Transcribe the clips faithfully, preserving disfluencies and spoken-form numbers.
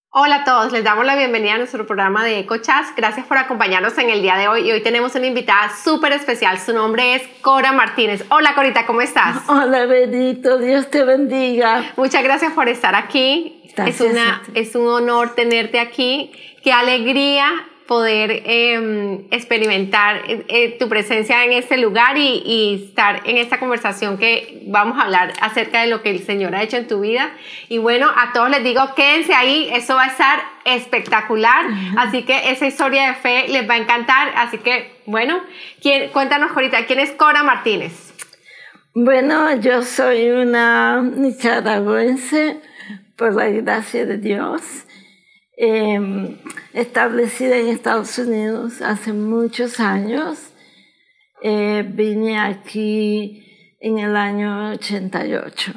Hola a todos, les damos la bienvenida a nuestro programa de EcoChats. Gracias por acompañarnos en el día de hoy y hoy tenemos una invitada súper especial. Su nombre es Cora Martínez. Hola Corita, ¿cómo estás? Hola Benito, Dios te bendiga. Muchas gracias por estar aquí. Gracias es, una, a ti. es un honor tenerte aquí. Qué alegría poder eh, experimentar eh, tu presencia en este lugar y, y estar en esta conversación que vamos a hablar acerca de lo que el Señor ha hecho en tu vida. Y bueno, a todos les digo, quédense ahí, eso va a estar espectacular. Uh-huh. Así que esa historia de fe les va a encantar. Así que, bueno, ¿quién, cuéntanos ahorita, ¿quién es Cora Martínez? Bueno, yo soy una nicaragüense, por la gracia de Dios. Eh, establecida en Estados Unidos hace muchos años. Eh, vine aquí en el año ochenta y ocho.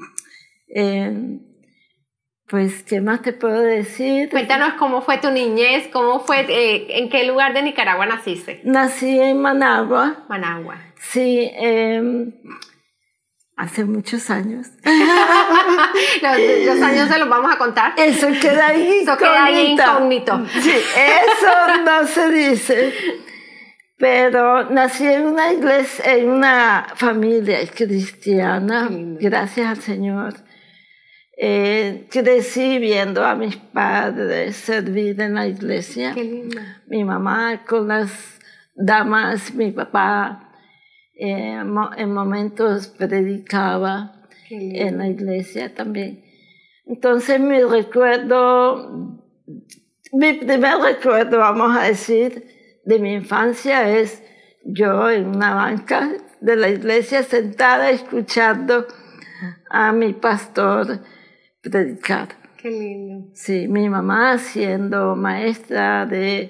Eh, pues, ¿qué más te puedo decir? Cuéntanos cómo fue tu niñez, cómo fue, eh, en qué lugar de Nicaragua naciste. Nací en Managua. Managua. Sí, eh, hace muchos años. los, los años se los vamos a contar. Eso queda ahí Eso queda ahí incógnito. Sí, eso no se dice. Pero nací en una iglesia, en una familia cristiana, gracias al Señor. Eh, crecí viendo a mis padres servir en la iglesia. Qué linda. Mi mamá con las damas, mi papá. Eh, en momentos predicaba en la iglesia también. Entonces mi recuerdo, mi primer recuerdo, vamos a decir, de mi infancia es yo en una banca de la iglesia sentada escuchando a mi pastor predicar. Qué lindo. Sí, mi mamá siendo maestra de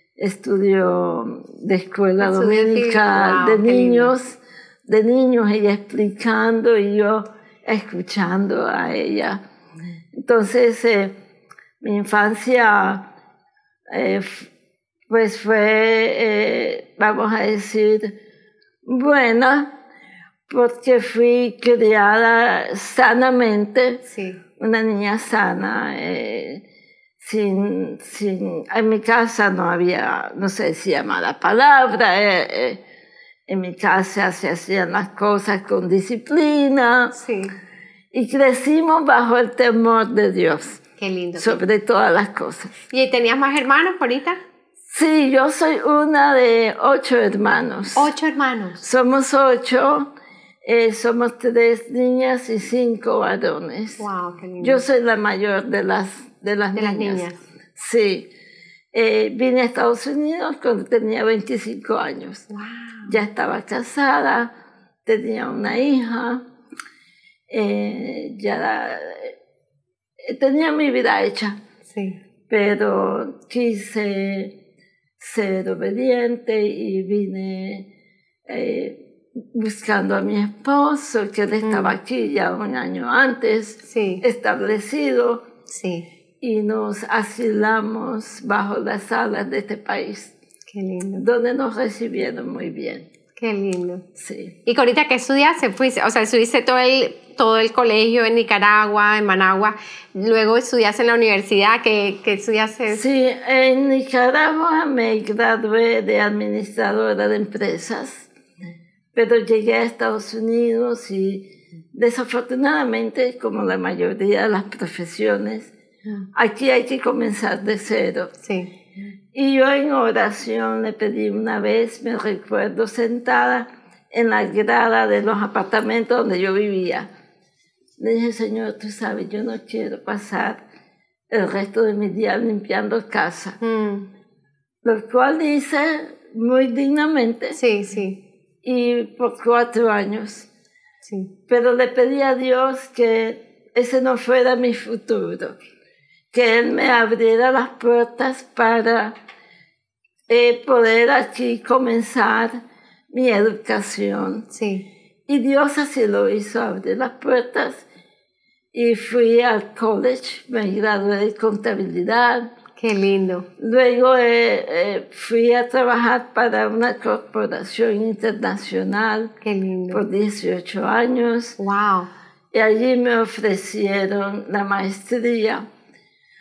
estudio de escuela dominical, wow, de niños, de niños, ella explicando y yo escuchando a ella. Entonces, eh, mi infancia, eh, pues fue, eh, vamos a decir, buena, porque fui criada sanamente, sí. Una niña sana, eh, Sin, sin, en mi casa no había, no se decía mala palabra, eh, eh, en mi casa se hacían las cosas con disciplina. Sí. Y crecimos bajo el temor de Dios. Qué lindo. Sobre todas las cosas. ¿Y tenías más hermanos ahorita? Sí, yo soy una de ocho hermanos. ¿Ocho hermanos? Somos ocho, eh, somos tres niñas y cinco varones. Wow, qué lindo. Yo soy la mayor de las De, las, de niñas. las niñas. Sí. Eh, vine a Estados Unidos cuando tenía veinticinco años. Wow. Ya estaba casada, tenía una hija, eh, ya la, eh, tenía mi vida hecha. Sí. Pero quise ser obediente y vine eh, buscando a mi esposo, que él estaba mm. aquí ya un año antes, sí. establecido. Sí. Y nos asilamos bajo las alas de este país. Qué lindo. Donde nos recibieron muy bien. Qué lindo. Sí. ¿Y ahorita qué estudiaste? Fuiste, o sea, estuviste todo el, todo el colegio en Nicaragua, en Managua. Luego estudiaste en la universidad. ¿Qué, qué estudiaste? Sí, en Nicaragua me gradué de administradora de empresas. Pero llegué a Estados Unidos y desafortunadamente, como la mayoría de las profesiones, aquí hay que comenzar de cero. Sí. Y yo en oración le pedí una vez, me recuerdo sentada en la grada de los apartamentos donde yo vivía. Le dije, Señor, tú sabes, yo no quiero pasar el resto de mi día limpiando casa. Mm. Lo cual hice muy dignamente. Sí, sí. Y por cuatro años. Sí. Pero le pedí a Dios que ese no fuera mi futuro. Que Él me abriera las puertas para eh, poder aquí comenzar mi educación. Sí. Y Dios así lo hizo, abrir las puertas. Y fui al college, me gradué de contabilidad. Qué lindo. Luego eh, eh, fui a trabajar para una corporación internacional. Qué lindo. Por dieciocho años. Wow. Y allí me ofrecieron la maestría.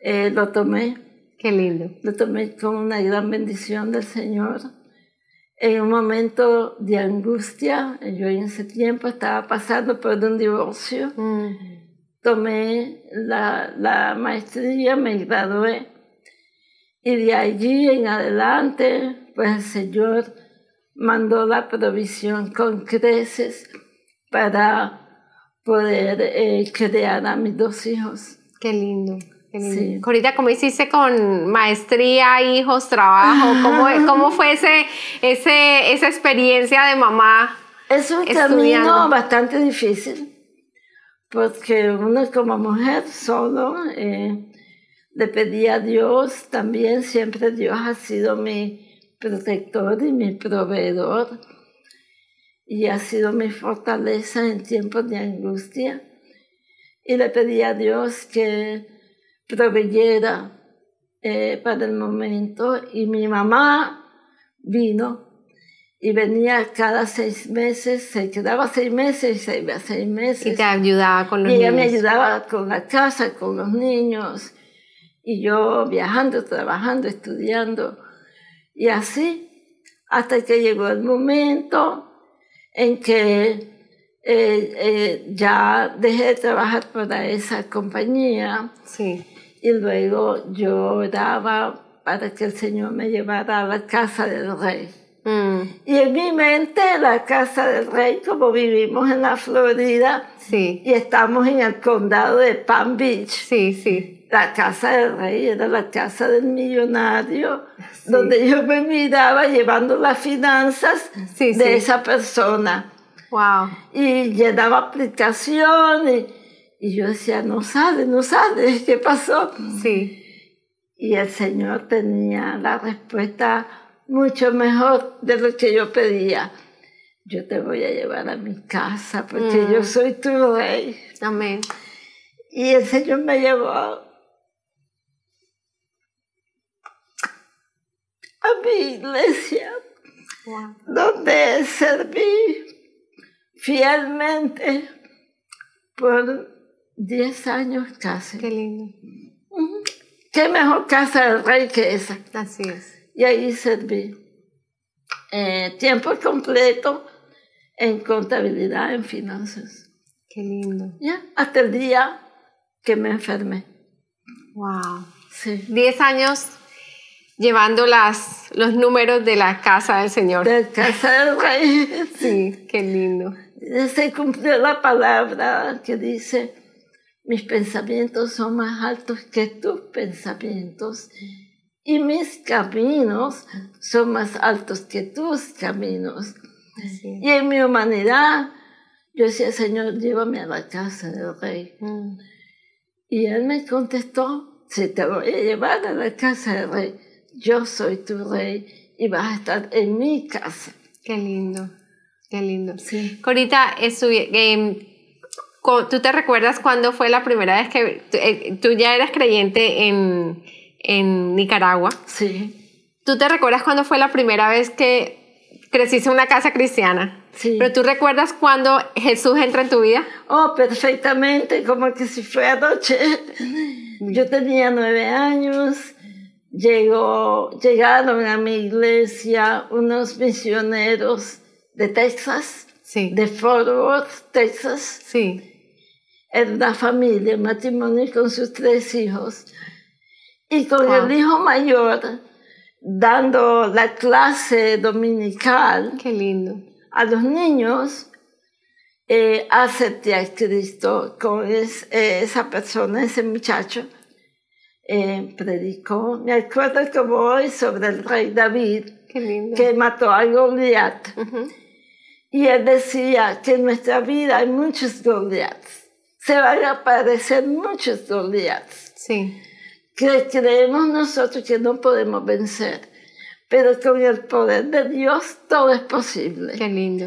eh, lo tomé. Qué lindo. Lo tomé como una gran bendición del Señor. En un momento de angustia, yo en ese tiempo estaba pasando por un divorcio. Mm. Tomé la, la maestría, me gradué. Y de allí en adelante, pues el Señor mandó la provisión con creces para poder eh, criar a mis dos hijos. Qué lindo. Qué lindo. Sí. Corita, ¿cómo hiciste con maestría, hijos, trabajo? ¿Cómo, cómo fue ese, ese, esa experiencia de mamá? Es un camino bastante difícil, porque uno como mujer solo eh, le pedía a Dios, también siempre Dios ha sido mi protector y mi proveedor, y ha sido mi fortaleza en tiempos de angustia. Y le pedí a Dios que proveyera eh, para el momento, y mi mamá vino y venía cada seis meses, se quedaba seis meses y se iba seis meses. Y te ayudaba con los y niños. Y ella me ayudaba con la casa, con los niños, y yo viajando, trabajando, estudiando, y así, hasta que llegó el momento en que eh, eh, ya dejé de trabajar para esa compañía. Sí. Y luego yo oraba para que el Señor me llevara a la casa del rey. Mm. Y en mi mente, la casa del rey, como vivimos en la Florida, sí. y estamos en el condado de Palm Beach. Sí, sí. La casa del rey era la casa del millonario, sí. donde yo me miraba llevando las finanzas sí, de sí. esa persona. Wow. Y llenaba aplicaciones. Y yo decía, no sale, no sale, ¿qué pasó? Sí. Y el Señor tenía la respuesta mucho mejor de lo que yo pedía. Yo te voy a llevar a mi casa porque mm. yo soy tu rey. Amén. Y el Señor me llevó a mi iglesia, wow. donde serví fielmente por diez años casi. Qué lindo. Uh-huh. Qué mejor casa del rey que esa. Así es. Y ahí serví eh, tiempo completo en contabilidad, en finanzas. Qué lindo. Ya, hasta el día que me enfermé. Wow. Sí. Diez años llevando las, los números de la casa del Señor. De la casa del rey. Sí, qué lindo. Se cumplió la palabra que dice, mis pensamientos son más altos que tus pensamientos y mis caminos son más altos que tus caminos. Sí. Y en mi humanidad, yo decía, Señor, llévame a la casa del rey. Mm. Y él me contestó, sí, te voy a llevar a la casa del rey. Yo soy tu rey y vas a estar en mi casa. Qué lindo. Qué lindo. Sí. Corita, eh, ¿tú te recuerdas cuándo fue la primera vez que eh, tú ya eras creyente en, en Nicaragua? Sí. ¿Tú te recuerdas cuándo fue la primera vez que creciste en una casa cristiana? Sí. ¿Pero tú recuerdas cuándo Jesús entra en tu vida? Oh, perfectamente, como que si fue anoche. Yo tenía nueve años, llegó, llegaron a mi iglesia unos misioneros de Texas, sí. de Fort Worth, Texas. Sí. Era una familia, un matrimonio con sus tres hijos. Y con wow. el hijo mayor, dando la clase dominical. Qué lindo. A los niños, eh, acepté a Cristo con es, eh, esa persona, ese muchacho. Eh, predicó, me acuerdo como hoy, sobre el rey David, Qué lindo. que mató a Goliat. Uh-huh. Y él decía que en nuestra vida hay muchos Goliaths. Se van a aparecer muchos Goliaths. Sí. Que creemos nosotros que no podemos vencer. Pero con el poder de Dios todo es posible. Qué lindo.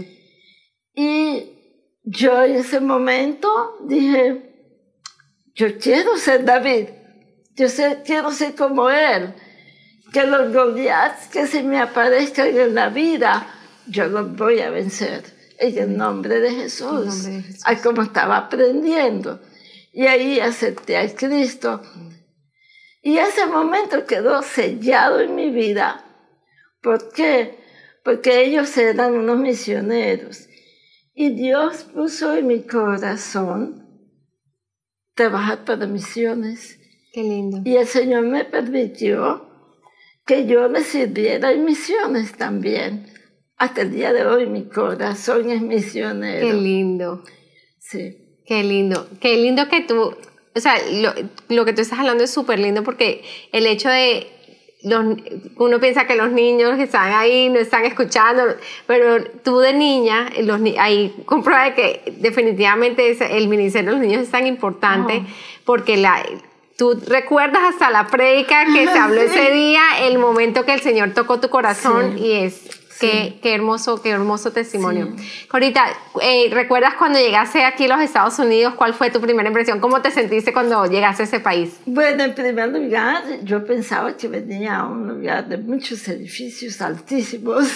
Y yo en ese momento dije, yo quiero ser David. Yo sé, quiero ser como él. Que los Goliaths que se me aparezcan en la vida, yo los voy a vencer en el nombre de Jesús, nombre de Jesús. A como estaba aprendiendo. Y ahí acepté a Cristo. Y ese momento quedó sellado en mi vida. ¿Por qué? Porque ellos eran unos misioneros. Y Dios puso en mi corazón trabajar para misiones. Qué lindo. Y el Señor me permitió que yo le sirviera en misiones también. Hasta el día de hoy mi corazón es misionero. Qué lindo. Sí. Qué lindo. Qué lindo que tú, o sea, lo, lo que tú estás hablando es súper lindo porque el hecho de, los, uno piensa que los niños que están ahí no están escuchando, pero tú de niña, los, ahí comprueba que definitivamente es, el ministerio de los niños es tan importante oh. porque la... Tú recuerdas hasta la prédica que se habló sí. ese día, el momento que el Señor tocó tu corazón sí. y es sí. qué, qué hermoso, qué hermoso testimonio. Sí. Corita, eh, ¿recuerdas cuando llegaste aquí a los Estados Unidos? ¿Cuál fue tu primera impresión? ¿Cómo te sentiste cuando llegaste a ese país? Bueno, en primer lugar, yo pensaba que venía a un lugar de muchos edificios altísimos,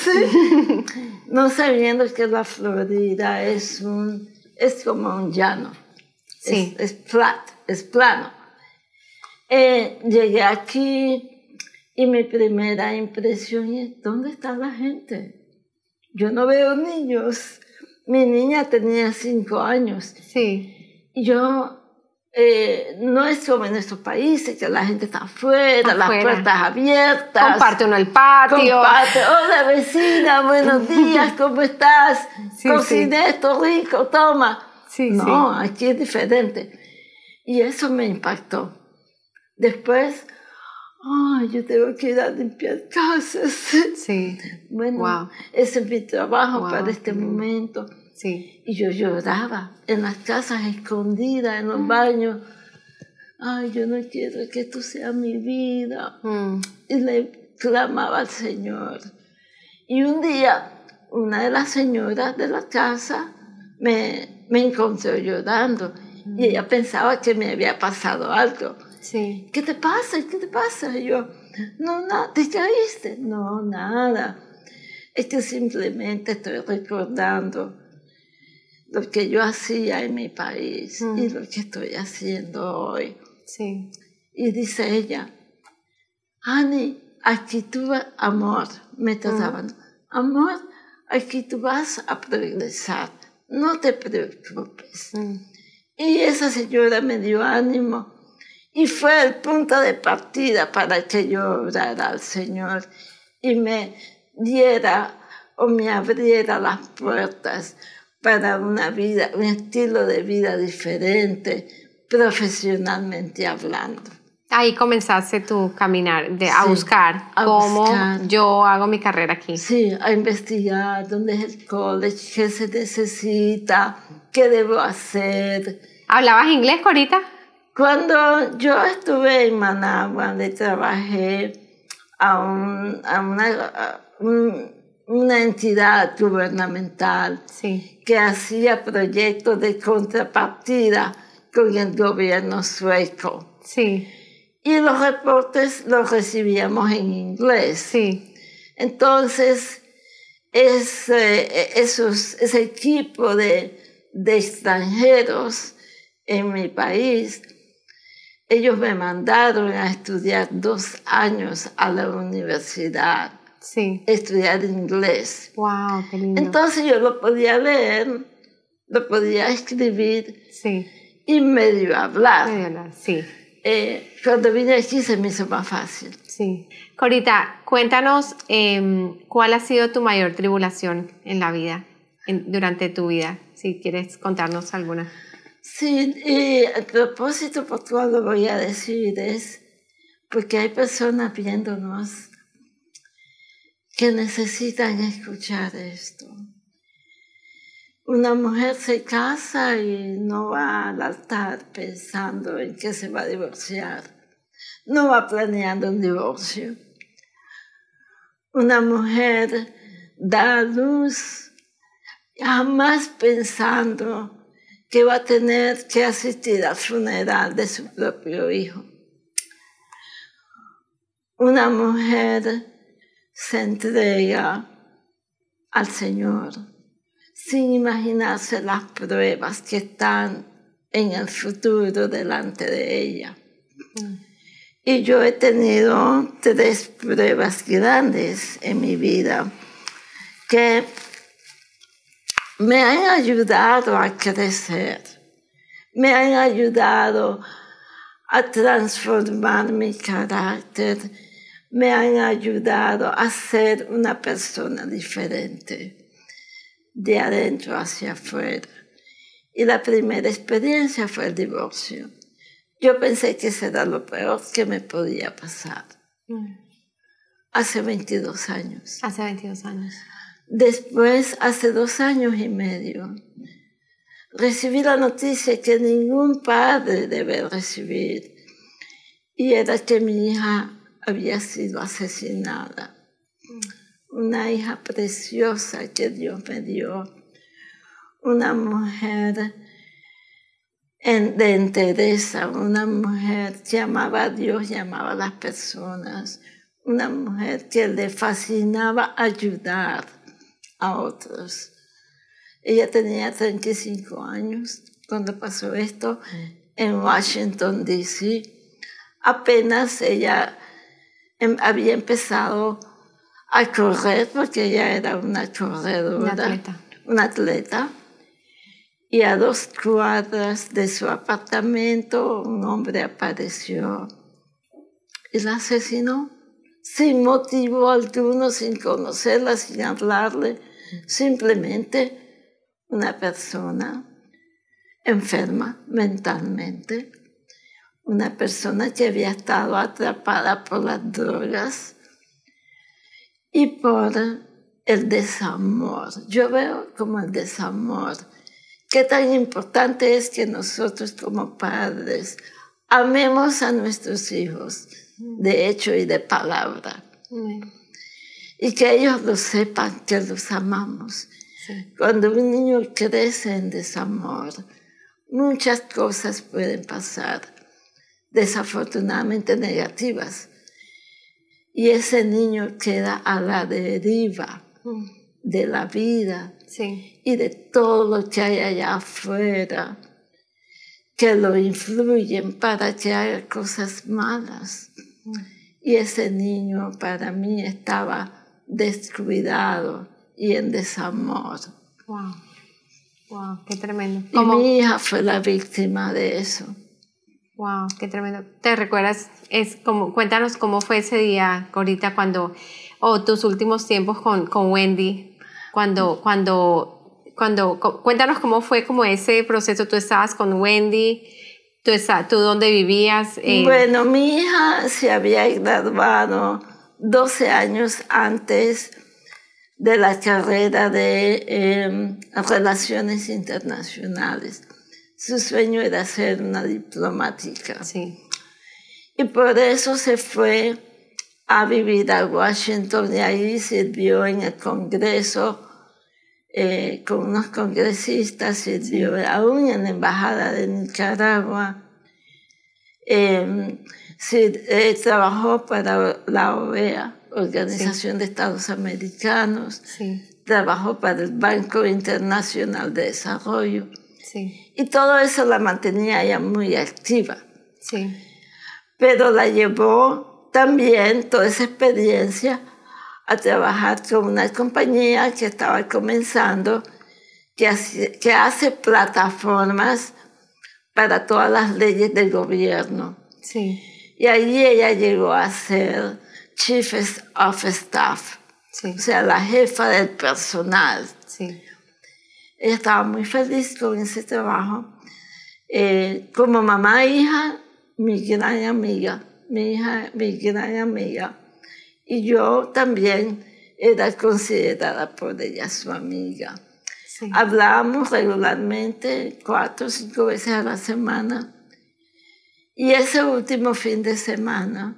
no sabiendo que la Florida es, un, es como un llano, sí. es, es flat, es plano. Eh, llegué aquí y mi primera impresión es, ¿dónde está la gente? Yo no veo niños. Mi niña tenía cinco años. Sí. Y yo, eh, no es como en nuestros países, que la gente está afuera, afuera. Las puertas abiertas. Comparte uno el patio. Comparte, hola vecina, buenos días, ¿cómo estás? Sí, Cociné sí. esto rico, toma. Sí, no, sí. aquí es diferente. Y eso me impactó. Después, oh, yo tengo que ir a limpiar casas. Sí. Bueno, wow. ese es mi trabajo wow. para este mm. momento. Sí. Y yo lloraba en las casas escondidas, en los baños. Ay, yo no quiero que esto sea mi vida. Mm. Y le clamaba al Señor. Y un día, una de las señoras de la casa me, me encontró llorando. Mm. Y ella pensaba que me había pasado algo. Sí. ¿Qué te pasa? ¿Qué te pasa? Y yo, no, nada, ¿te caíste? No, nada. Es que simplemente estoy recordando lo que yo hacía en mi país mm. y lo que estoy haciendo hoy. Sí. Y dice ella, Ani, aquí tú, amor, me trataban, mm. amor, aquí tú vas a progresar, no te preocupes. Mm. Y esa señora me dio ánimo. Y fue el punto de partida para que yo orara al Señor y me diera o me abriera las puertas para una vida, un estilo de vida diferente, profesionalmente hablando. Ahí comenzaste tu caminar, de, sí, a buscar a cómo buscar. yo hago mi carrera aquí. Sí, a investigar dónde es el college, qué se necesita, qué debo hacer. ¿Hablabas inglés, Corita? Cuando yo estuve en Managua, le trabajé a, un, a, una, a un, una entidad gubernamental sí. que hacía proyectos de contrapartida con el gobierno sueco. Sí. Y los reportes los recibíamos en inglés. Sí. Entonces, ese, esos, ese equipo de, de extranjeros en mi país, ellos me mandaron a estudiar dos años a la universidad. Sí. Estudiar inglés. Wow, qué lindo. Entonces yo lo podía leer, lo podía escribir sí. y medio hablar. Medio hablar, sí. Eh, cuando vine aquí se me hizo más fácil. Sí. Corita, cuéntanos eh, cuál ha sido tu mayor tribulación en la vida, en, durante tu vida, si quieres contarnos alguna. Sí, y el propósito por cual lo voy a decir es porque hay personas viéndonos que necesitan escuchar esto. Una mujer se casa y no va al altar pensando en que se va a divorciar. No va planeando un divorcio. Una mujer da a luz jamás pensando que va a tener que asistir al funeral de su propio hijo. Una mujer se entrega al Señor sin imaginarse las pruebas que están en el futuro delante de ella. Mm. Y yo he tenido tres pruebas grandes en mi vida que me han ayudado a crecer, me han ayudado a transformar mi carácter, me han ayudado a ser una persona diferente, de adentro hacia afuera. Y la primera experiencia fue el divorcio. Yo pensé que eso era lo peor que me podía pasar. Mm. Hace veintidós años. Hace veintidós años. Después, hace dos años y medio, recibí la noticia que ningún padre debe recibir, y era que mi hija había sido asesinada. Mm. Una hija preciosa que Dios me dio, una mujer En, de entereza, una mujer que amaba a Dios y amaba a las personas, una mujer que le fascinaba ayudar a otros. Ella tenía treinta y cinco años cuando pasó esto en Washington, D C Apenas ella em, había empezado a correr, porque ella era una corredora, una atleta. Una atleta. Y a dos cuadras de su apartamento un hombre apareció y la asesinó sin motivo alguno, sin conocerla, sin hablarle. Simplemente una persona enferma mentalmente, una persona que había estado atrapada por las drogas y por el desamor. Yo veo como el desamor. Qué tan importante es que nosotros como padres amemos a nuestros hijos de hecho y de palabra. Mm. Y que ellos lo sepan, que los amamos. Sí. Cuando un niño crece en desamor, muchas cosas pueden pasar, desafortunadamente negativas. Y ese niño queda a la deriva mm. de la vida. Sí. Y de todo lo que hay allá afuera, que lo influyen para que haga cosas malas. Mm. Y ese niño para mí estaba descuidado y en desamor. Wow, wow, qué tremendo. Y mi hija fue la víctima de eso. Wow, qué tremendo. ¿Te recuerdas? Es como, cuéntanos cómo fue ese día, Corita, cuando, o oh, tus últimos tiempos con, con Wendy. Cuando, cuando, cuando, cuéntanos cómo fue como ese proceso. Tú estabas con Wendy, tú, tú dónde vivías. Eh. Bueno, mi hija se había graduado doce años antes de la carrera de eh, Relaciones Internacionales. Su sueño era ser una diplomática. Sí. Y por eso se fue a vivir a Washington, y ahí sirvió en el Congreso eh, con unos congresistas, sirvió sí. aún en la Embajada de Nicaragua, eh, sí, eh, trabajó para la O E A, Organización sí. de Estados Americanos, sí. trabajó para el Banco Internacional de Desarrollo, sí. y todo eso la mantenía ella muy activa. Sí. Pero la llevó también toda esa experiencia a trabajar con una compañía que estaba comenzando, que hace, que hace plataformas para todas las leyes del gobierno. Sí. Y ahí ella llegó a ser Chief of Staff, sí. o sea, la jefa del personal. Sí. Ella estaba muy feliz con ese trabajo. Eh, como mamá e hija, mi gran amiga. Mi hija, mi gran amiga, y yo también era considerada por ella su amiga. Sí. Hablábamos regularmente, cuatro o cinco veces a la semana, y ese último fin de semana,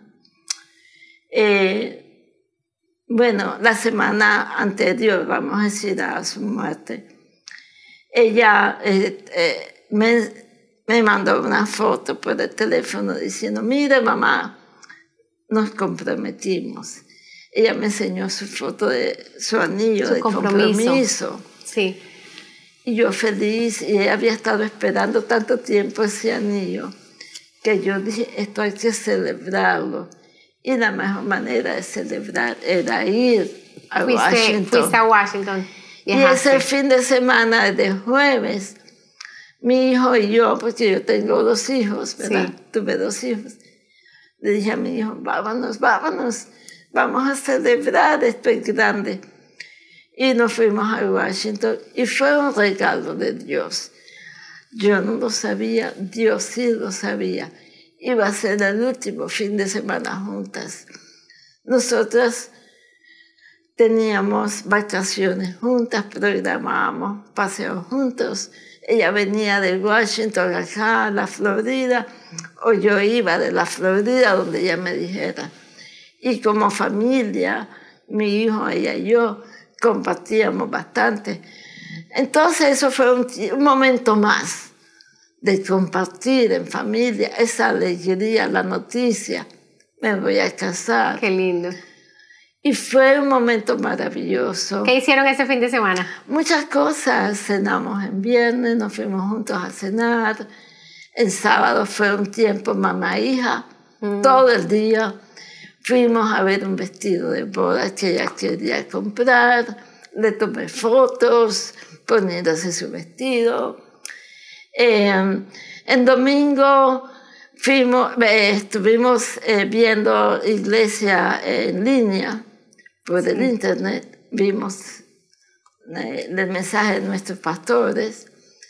eh, bueno, la semana anterior, vamos a decir, a su muerte, ella eh, eh, me... me mandó una foto por el teléfono diciendo, mire mamá, nos comprometimos. Ella me enseñó su foto de su anillo su de compromiso. compromiso. Sí. Y yo feliz, y ella había estado esperando tanto tiempo ese anillo, que yo dije, esto hay que celebrarlo. Y la mejor manera de celebrar era ir a fuiste, Washington. Fuiste a Washington. Y ese fin de semana, de jueves, mi hijo y yo, porque yo tengo dos hijos, ¿verdad? Sí. Tuve dos hijos. Le dije a mi hijo, vámonos, vámonos, vamos a celebrar, esto es grande. Y nos fuimos a Washington y fue un regalo de Dios. Yo no lo sabía, Dios sí lo sabía. Iba a ser el último fin de semana juntas. Nosotras teníamos vacaciones juntas, programábamos paseos juntos. Ella venía de Washington acá a la Florida, o yo iba de la Florida donde ella me dijera. Y como familia, mi hijo, ella y yo, compartíamos bastante. Entonces eso fue un, un momento más de compartir en familia, esa alegría, la noticia, me voy a casar. Qué lindo. Y fue un momento maravilloso. ¿Qué hicieron ese fin de semana? Muchas cosas. Cenamos en viernes, nos fuimos juntos a cenar. El sábado fue un tiempo mamá-hija, mm. todo el día. Fuimos a ver un vestido de boda que ella quería comprar. Le tomé fotos poniéndose su vestido. Eh, en domingo fuimos, eh, estuvimos eh, viendo iglesia en línea por el sí. internet. Vimos eh, el mensaje de nuestros pastores.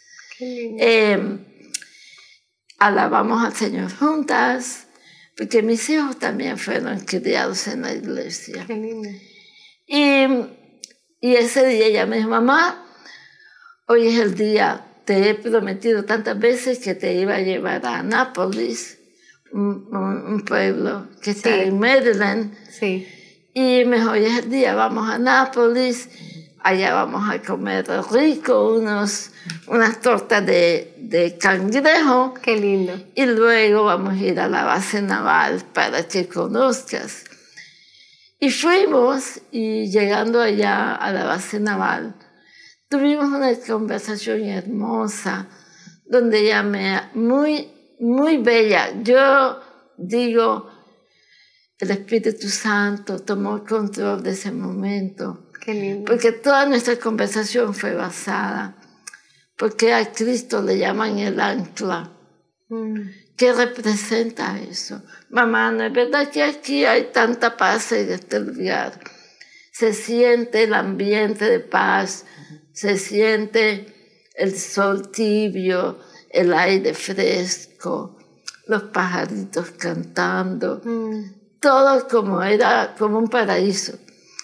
Eh, alabamos al Señor juntas, porque mis hijos también fueron criados en la iglesia. Qué lindo. Y, y ese día ella me dijo, mamá, hoy es el día, te he prometido tantas veces que te iba a llevar a Annapolis, un, un, un pueblo que está sí. en Maryland. Sí. Y me dijo, hoy es el día, vamos a Annapolis, allá vamos a comer rico, unos, unas tortas de, de cangrejo. Qué lindo. Y luego vamos a ir a la base naval para que conozcas. Y fuimos, y llegando allá a la base naval, tuvimos una conversación hermosa, donde ella me, muy, muy bella. Yo digo, el Espíritu Santo tomó control de ese momento. Qué lindo. Porque toda nuestra conversación fue basada, porque a Cristo le llaman el ancla. Mm. ¿Qué representa eso? Mamá, ¿no es verdad que aquí hay tanta paz en este lugar? Se siente el ambiente de paz, se siente el sol tibio, el aire fresco, los pajaritos cantando, mm. todo como era, como un paraíso.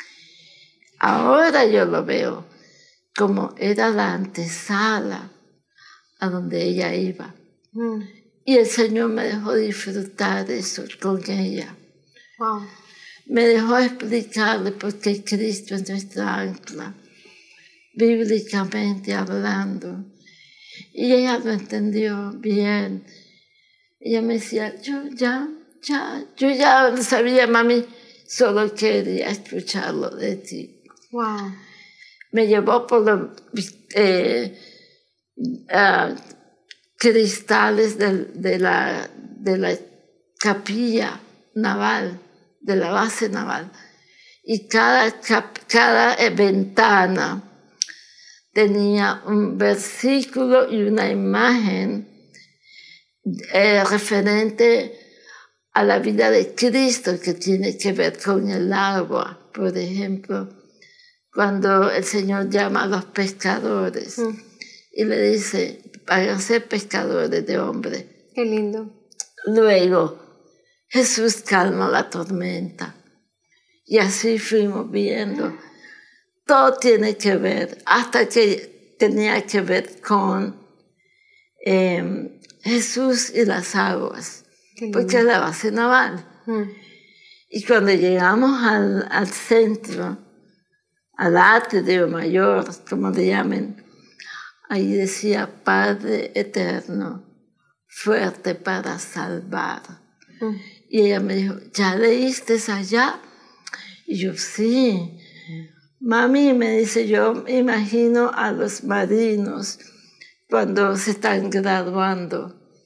Ahora yo lo veo como era la antesala a donde ella iba. Mm. Y el Señor me dejó disfrutar eso con ella. Wow. Me dejó explicarle por qué Cristo es nuestra ancla, bíblicamente hablando. Y ella lo entendió bien. Ella me decía, yo ya, ya, yo ya lo sabía, mami, solo quería escucharlo de ti. Wow. Me llevó por los eh, uh, cristales de, de, la, de la capilla naval, de la base naval. Y cada, cap, cada eh, ventana tenía un versículo y una imagen eh, referente a la vida de Cristo, que tiene que ver con el agua, por ejemplo. Cuando el Señor llama a los pescadores mm. y le dice, van a ser pescadores de hombres. Qué lindo. Luego, Jesús calma la tormenta. Y así fuimos viendo. Todo tiene que ver, hasta que tenía que ver con eh, Jesús y las aguas, porque es la base naval. Mm. Y cuando llegamos al, al centro, al atrio mayor, como le llamen, ahí decía, Padre eterno, fuerte para salvar. Mm. Y ella me dijo, ¿ya leíste allá? Y yo, sí. Mami, me dice, yo me imagino a los marinos cuando se están graduando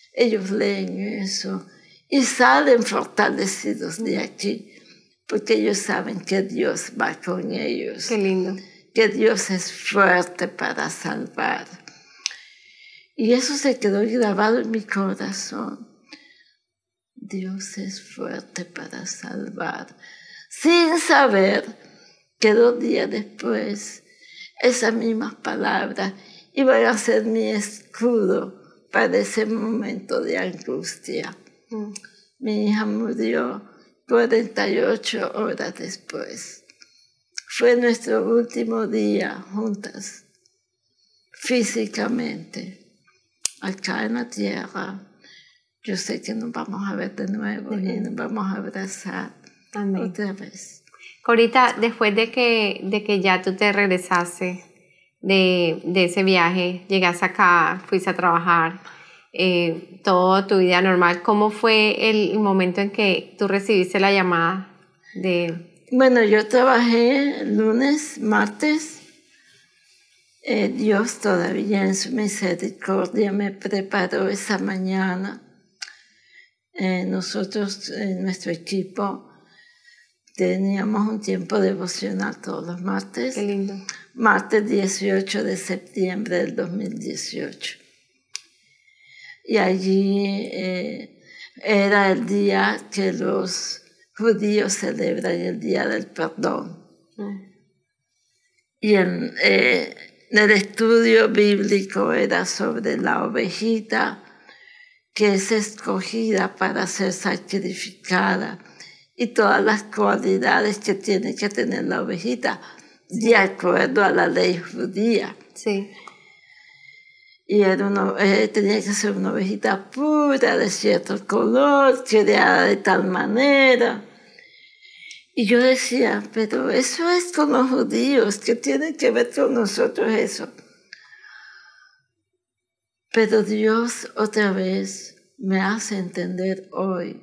ellos leen eso y salen fortalecidos de aquí, porque ellos saben que Dios va con ellos. Qué lindo. Que Dios es fuerte para salvar. Y eso se quedó grabado en mi corazón. Dios es fuerte para salvar. Sin saber que dos días después, esas mismas palabras iban a ser mi escudo para ese momento de angustia. Mm. Mi hija murió cuarenta y ocho horas después. Fue nuestro último día juntas, físicamente, acá en la tierra. Yo sé que nos vamos a ver de nuevo. Uh-huh. Y nos vamos a abrazar. Amén. Otra vez. Corita, después de que, de que ya tú te regresaste de, de ese viaje, llegaste acá, fuiste a trabajar, eh, toda tu vida normal, ¿cómo fue el momento en que tú recibiste la llamada de...? Bueno, yo trabajé lunes, martes. Eh, Dios todavía en su misericordia me preparó esa mañana. Eh, nosotros, en nuestro equipo, teníamos un tiempo devocional todos los martes. Qué lindo. Martes dieciocho de septiembre del dos mil dieciocho. Y allí eh, era el día que los judíos celebran el Día del Perdón. Mm. Y en, eh, el estudio bíblico era sobre la ovejita que es escogida para ser sacrificada y todas las cualidades que tiene que tener la ovejita de acuerdo a la ley judía. Sí. Y era una, eh, tenía que ser una ovejita pura, de cierto color, criada de tal manera. Y yo decía, pero eso es con los judíos, ¿qué tiene que ver con nosotros eso? Pero Dios otra vez me hace entender hoy,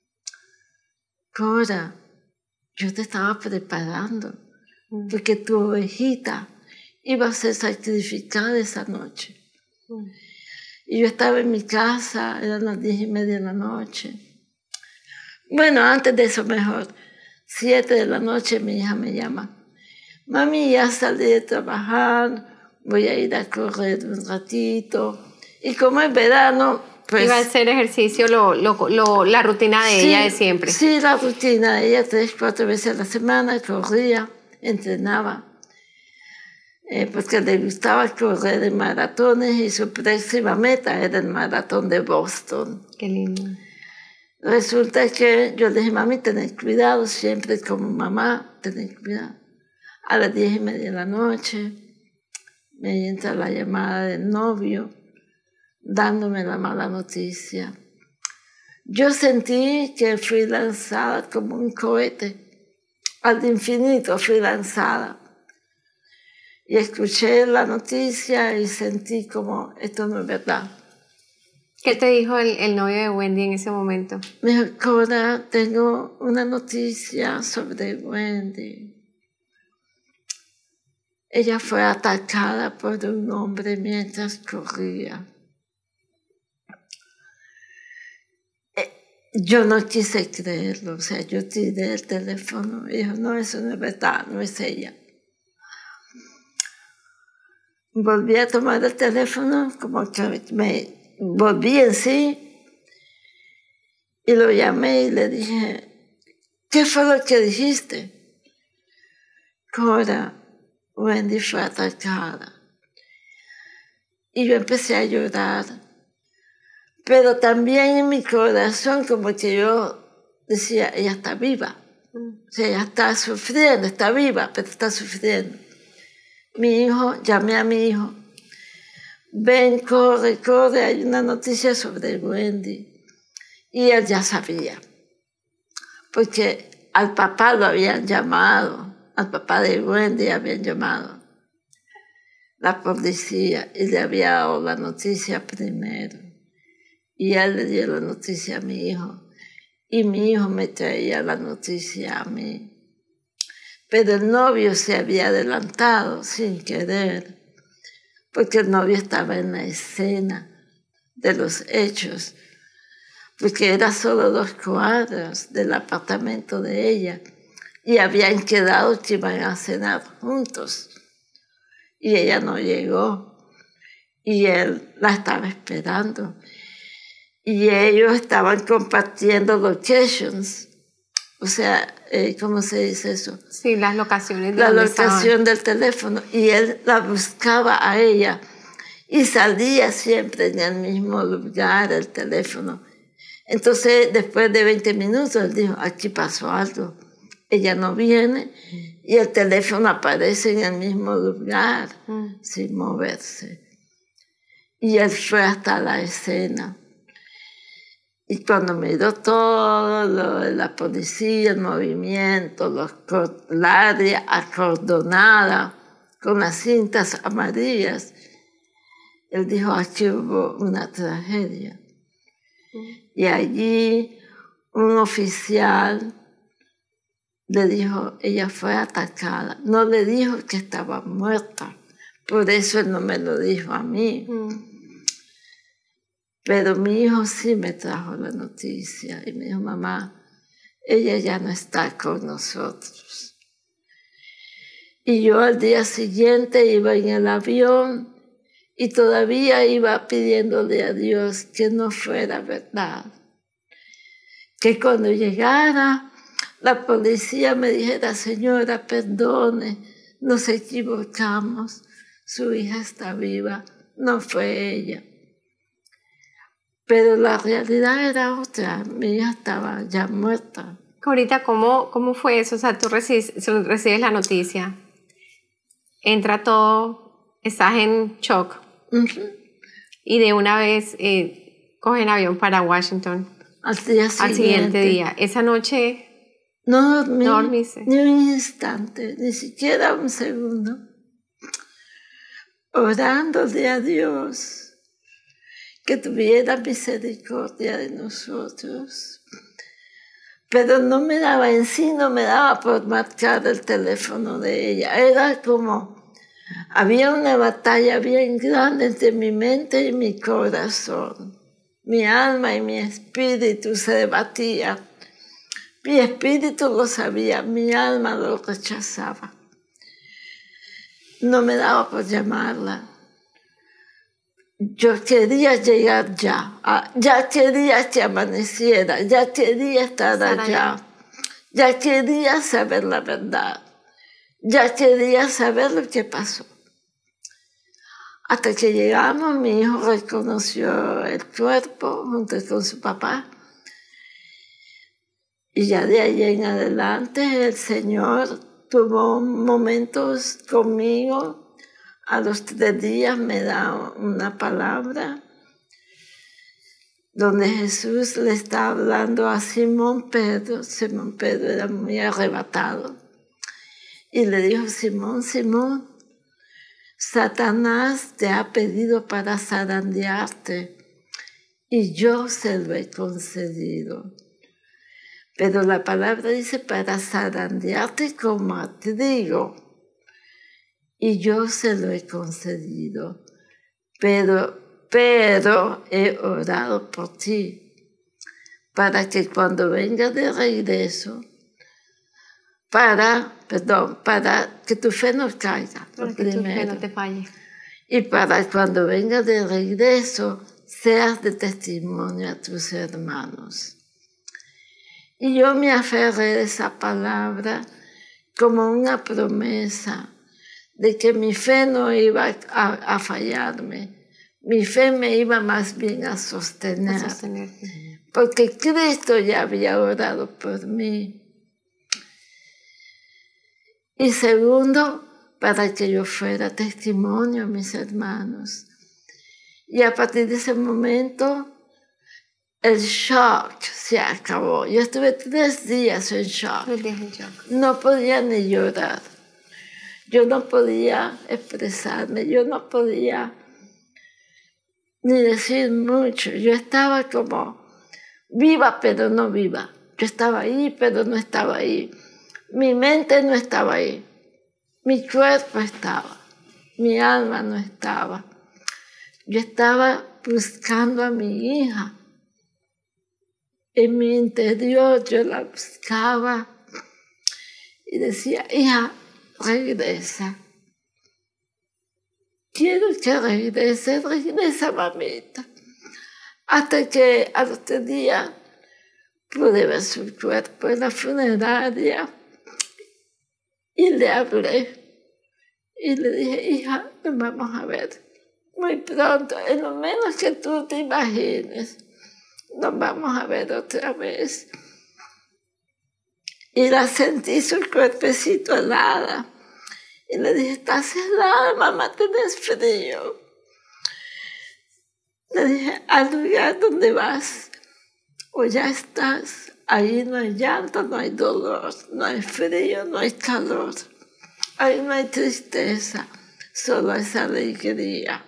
Cora, yo te estaba preparando, mm. porque tu ovejita iba a ser sacrificada esa noche. Mm. Y yo estaba en mi casa, eran las diez y media de la noche. Bueno, antes de eso mejor, siete de la noche mi hija me llama. Mami, ya salí de trabajar, voy a ir a correr un ratito. Y como es verano, pues... Iba a hacer ejercicio, lo, lo, lo, la rutina de sí, ella de siempre. Sí, la rutina de ella, tres, cuatro veces a la semana, corría, entrenaba. Eh, porque le gustaba correr en maratones y su próxima meta era el maratón de Boston. Qué lindo. Resulta que yo le dije, mami, tened cuidado, siempre como mamá, tened cuidado. A las diez y media de la noche me entra la llamada del novio, dándome la mala noticia. Yo sentí que fui lanzada como un cohete, al infinito fui lanzada. Y escuché la noticia y sentí como, esto no es verdad. ¿Qué te dijo el, el novio de Wendy en ese momento? Me dijo, Cora, tengo una noticia sobre Wendy. Ella fue atacada por un hombre mientras corría. Yo no quise creerlo, o sea, yo tiré el teléfono y dijo, no, eso no es verdad, no es ella. Volví a tomar el teléfono, como que me volví en sí, y lo llamé y le dije, ¿qué fue lo que dijiste? Cora, Wendy fue atacada. Y yo empecé a llorar. Pero también en mi corazón, como que yo decía, ella está viva. O sea, ella está sufriendo, está viva, pero está sufriendo. Mi hijo, llamé a mi hijo. Ven, corre, corre, hay una noticia sobre Wendy. Y él ya sabía. Porque al papá lo habían llamado, al papá de Wendy habían llamado la policía y le había dado la noticia primero. Y él le dio la noticia a mi hijo. Y mi hijo me traía la noticia a mí. Pero el novio se había adelantado sin querer, porque el novio estaba en la escena de los hechos, porque era solo dos cuadras del apartamento de ella y habían quedado que iban a cenar juntos y ella no llegó y él la estaba esperando y ellos estaban compartiendo locations, o sea, eh, ¿cómo se dice eso? Sí, las locaciones de la donde locación estaban. del teléfono y él la buscaba a ella y salía siempre en el mismo lugar el teléfono. Entonces, después de veinte minutos, él dijo, aquí pasó algo. Ella no viene y el teléfono aparece en el mismo lugar, mm. sin moverse. Y él fue hasta la escena. Y cuando miró todo, lo de la policía, el movimiento, los, la área acordonada, con las cintas amarillas, él dijo, aquí hubo una tragedia. Y allí un oficial le dijo, ella fue atacada. No le dijo que estaba muerta, por eso él no me lo dijo a mí. Mm. Pero mi hijo sí me trajo la noticia y me dijo, mamá, ella ya no está con nosotros. Y yo al día siguiente iba en el avión y todavía iba pidiéndole a Dios que no fuera verdad. Que cuando llegara la policía me dijera, señora, perdone, nos equivocamos, su hija está viva, no fue ella. Pero la realidad era otra, mi hija estaba ya muerta. Corita, ¿cómo, cómo fue eso? O sea, tú recibes, recibes la noticia, entra todo, estás en shock. Uh-huh. Y de una vez eh, cogen avión para Washington. Al día siguiente. Al siguiente día. Esa noche no dormí, no dormiste. Ni un instante, ni siquiera un segundo. Orándole a Dios que tuviera misericordia de nosotros. Pero no me daba en sí, no me daba por marcar el teléfono de ella. Era como... Había una batalla bien grande entre mi mente y mi corazón. Mi alma y mi espíritu se debatían. Mi espíritu lo sabía, mi alma lo rechazaba. No me daba por llamarla. Yo quería llegar ya. Ya quería que amaneciera. Ya quería estar allá. Ya quería saber la verdad. Ya quería saber lo que pasó. Hasta que llegamos, mi hijo reconoció el cuerpo junto con su papá. Y ya de ahí en adelante el Señor tuvo momentos conmigo. A los tres días me da una palabra donde Jesús le está hablando a Simón Pedro. Simón Pedro era muy arrebatado. Y le dijo, Simón, Simón, Satanás te ha pedido para zarandearte y yo se lo he concedido. Pero la palabra dice para zarandearte como a trigo y yo se lo he concedido. Pero, pero he orado por ti para que cuando venga de regreso Para, perdón, para que tu fe no caiga. Para que tu fe no te falle. Y para cuando vengas de regreso, seas de testimonio a tus hermanos. Y yo me aferré de esa palabra como una promesa de que mi fe no iba a, a fallarme. Mi fe me iba más bien a sostener. A sostener. Porque Cristo ya había orado por mí. Y segundo, para que yo fuera testimonio a mis hermanos. Y a partir de ese momento, el shock se acabó. Yo estuve tres días en shock. Tres días en shock. No podía ni llorar. Yo no podía expresarme. Yo no podía ni decir mucho. Yo estaba como viva, pero no viva. Yo estaba ahí, pero no estaba ahí. Mi mente no estaba ahí, mi cuerpo estaba, mi alma no estaba. Yo estaba buscando a mi hija. En mi interior yo la buscaba y decía, hija, regresa. Quiero que regrese, regresa, mamita. Hasta que al otro día pude ver su cuerpo en la funeraria y le hablé. Y le dije, hija, nos vamos a ver muy pronto, en lo menos que tú te imagines. Nos vamos a ver otra vez. Y la sentí su cuerpecito helada. Y le dije, estás helada, mamá, tenés frío. Le dije, al lugar donde vas, o ya estás, ahí no hay llanto, no hay dolor, no hay frío, no hay calor. Ahí no hay tristeza, solo esa alegría.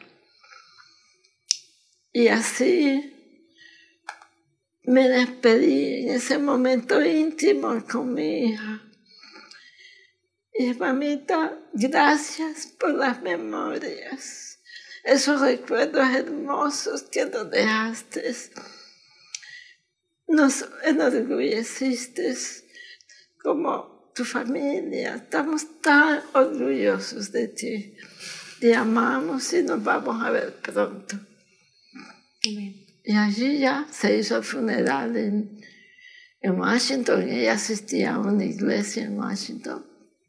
Y así me despedí en ese momento íntimo con mi hija. Y mamita, gracias por las memorias, esos recuerdos hermosos que nos dejaste. Nos enorgulleciste como tu familia. Estamos tan orgullosos de ti. Te amamos y nos vamos a ver pronto. Amén. Y allí ya se hizo el funeral en, en Washington. Ella asistía a una iglesia en Washington.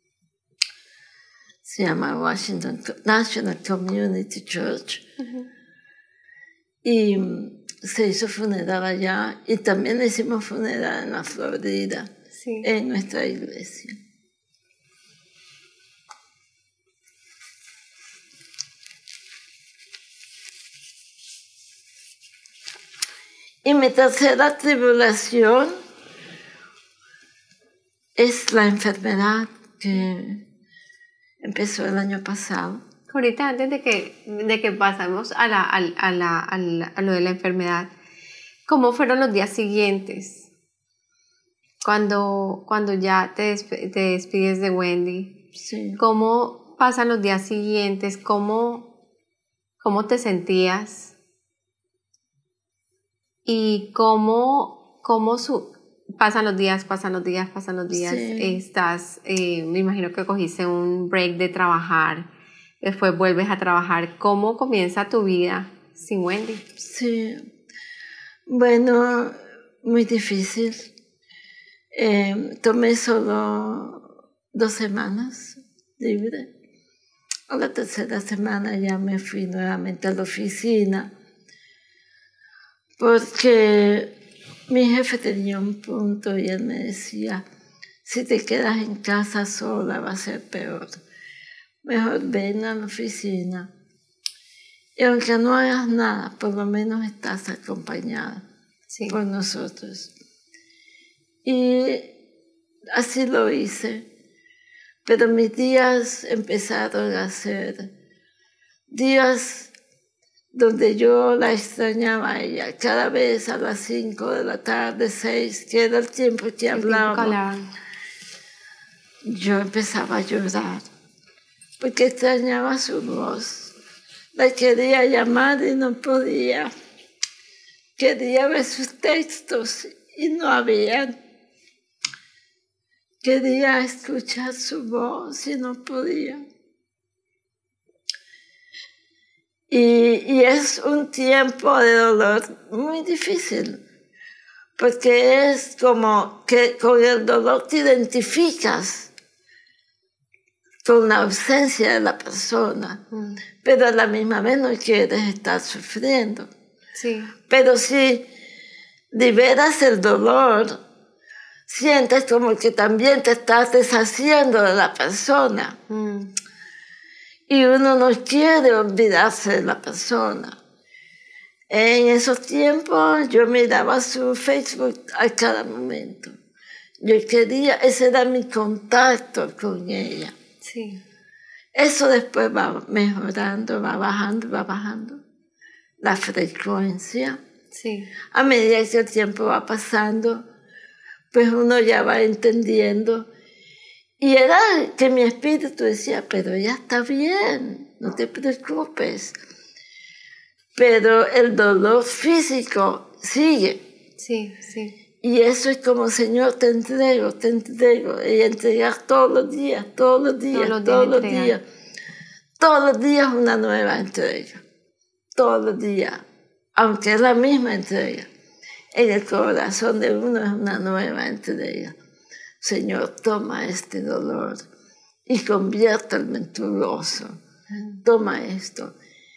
Se llama Washington National Community Church. Uh-huh. Y se hizo funeral allá. Y también hicimos funeral en la Florida, sí, en nuestra iglesia. Y mi tercera tribulación es la enfermedad que empezó el año pasado. Ahorita, antes de que, de que pasamos a, la, a, la, a, la, a lo de la enfermedad, ¿cómo fueron los días siguientes? Cuando, cuando ya te, desp- te despides de Wendy, sí. ¿Cómo pasan los días siguientes? ¿Cómo, cómo te sentías? Y cómo, cómo su, pasan los días, pasan los días, pasan los días. Sí. Estás, eh, me imagino que cogiste un break de trabajar, después vuelves a trabajar. ¿Cómo comienza tu vida sin Wendy? Sí, bueno, muy difícil. Eh, tomé solo dos semanas libre. A la tercera semana ya me fui nuevamente a la oficina porque mi jefe tenía un punto y él me decía, si te quedas en casa sola va a ser peor. Mejor ven a la oficina. Y aunque no hagas nada, por lo menos estás acompañada, sí, por nosotros. Y así lo hice. Pero mis días empezaron a ser días donde yo la extrañaba a ella. Cada vez a las cinco de la tarde, seis, que era el tiempo que hablábamos, yo empezaba a llorar, porque extrañaba su voz. La quería llamar y no podía. Quería ver sus textos y no había. Quería escuchar su voz y no podía. Y, y es un tiempo de dolor muy difícil, porque es como que con el dolor te identificas con la ausencia de la persona, mm. pero a la misma vez no quieres estar sufriendo. Sí. Pero si liberas el dolor, sientes como que también te estás deshaciendo de la persona. Mm. Y uno no quiere olvidarse de la persona. En esos tiempos yo miraba su Facebook a cada momento. Yo quería, ese era mi contacto con ella. Sí. Eso después va mejorando, va bajando, va bajando. La frecuencia. Sí. A medida que el tiempo va pasando, pues uno ya va entendiendo. Y era que mi espíritu decía, pero ya está bien, no te preocupes. pero el dolor físico sigue. Sí, sí. Y eso es como, Señor, te entrego, te entrego. Y entregar todos los días, todos los días, todos los días. Todos los días, todos los días una nueva entrega. Todos los días. Aunque es la misma entrega. En el corazón de uno es una nueva entrega. Señor, toma este dolor y conviértelo en tu gozo. Toma esto.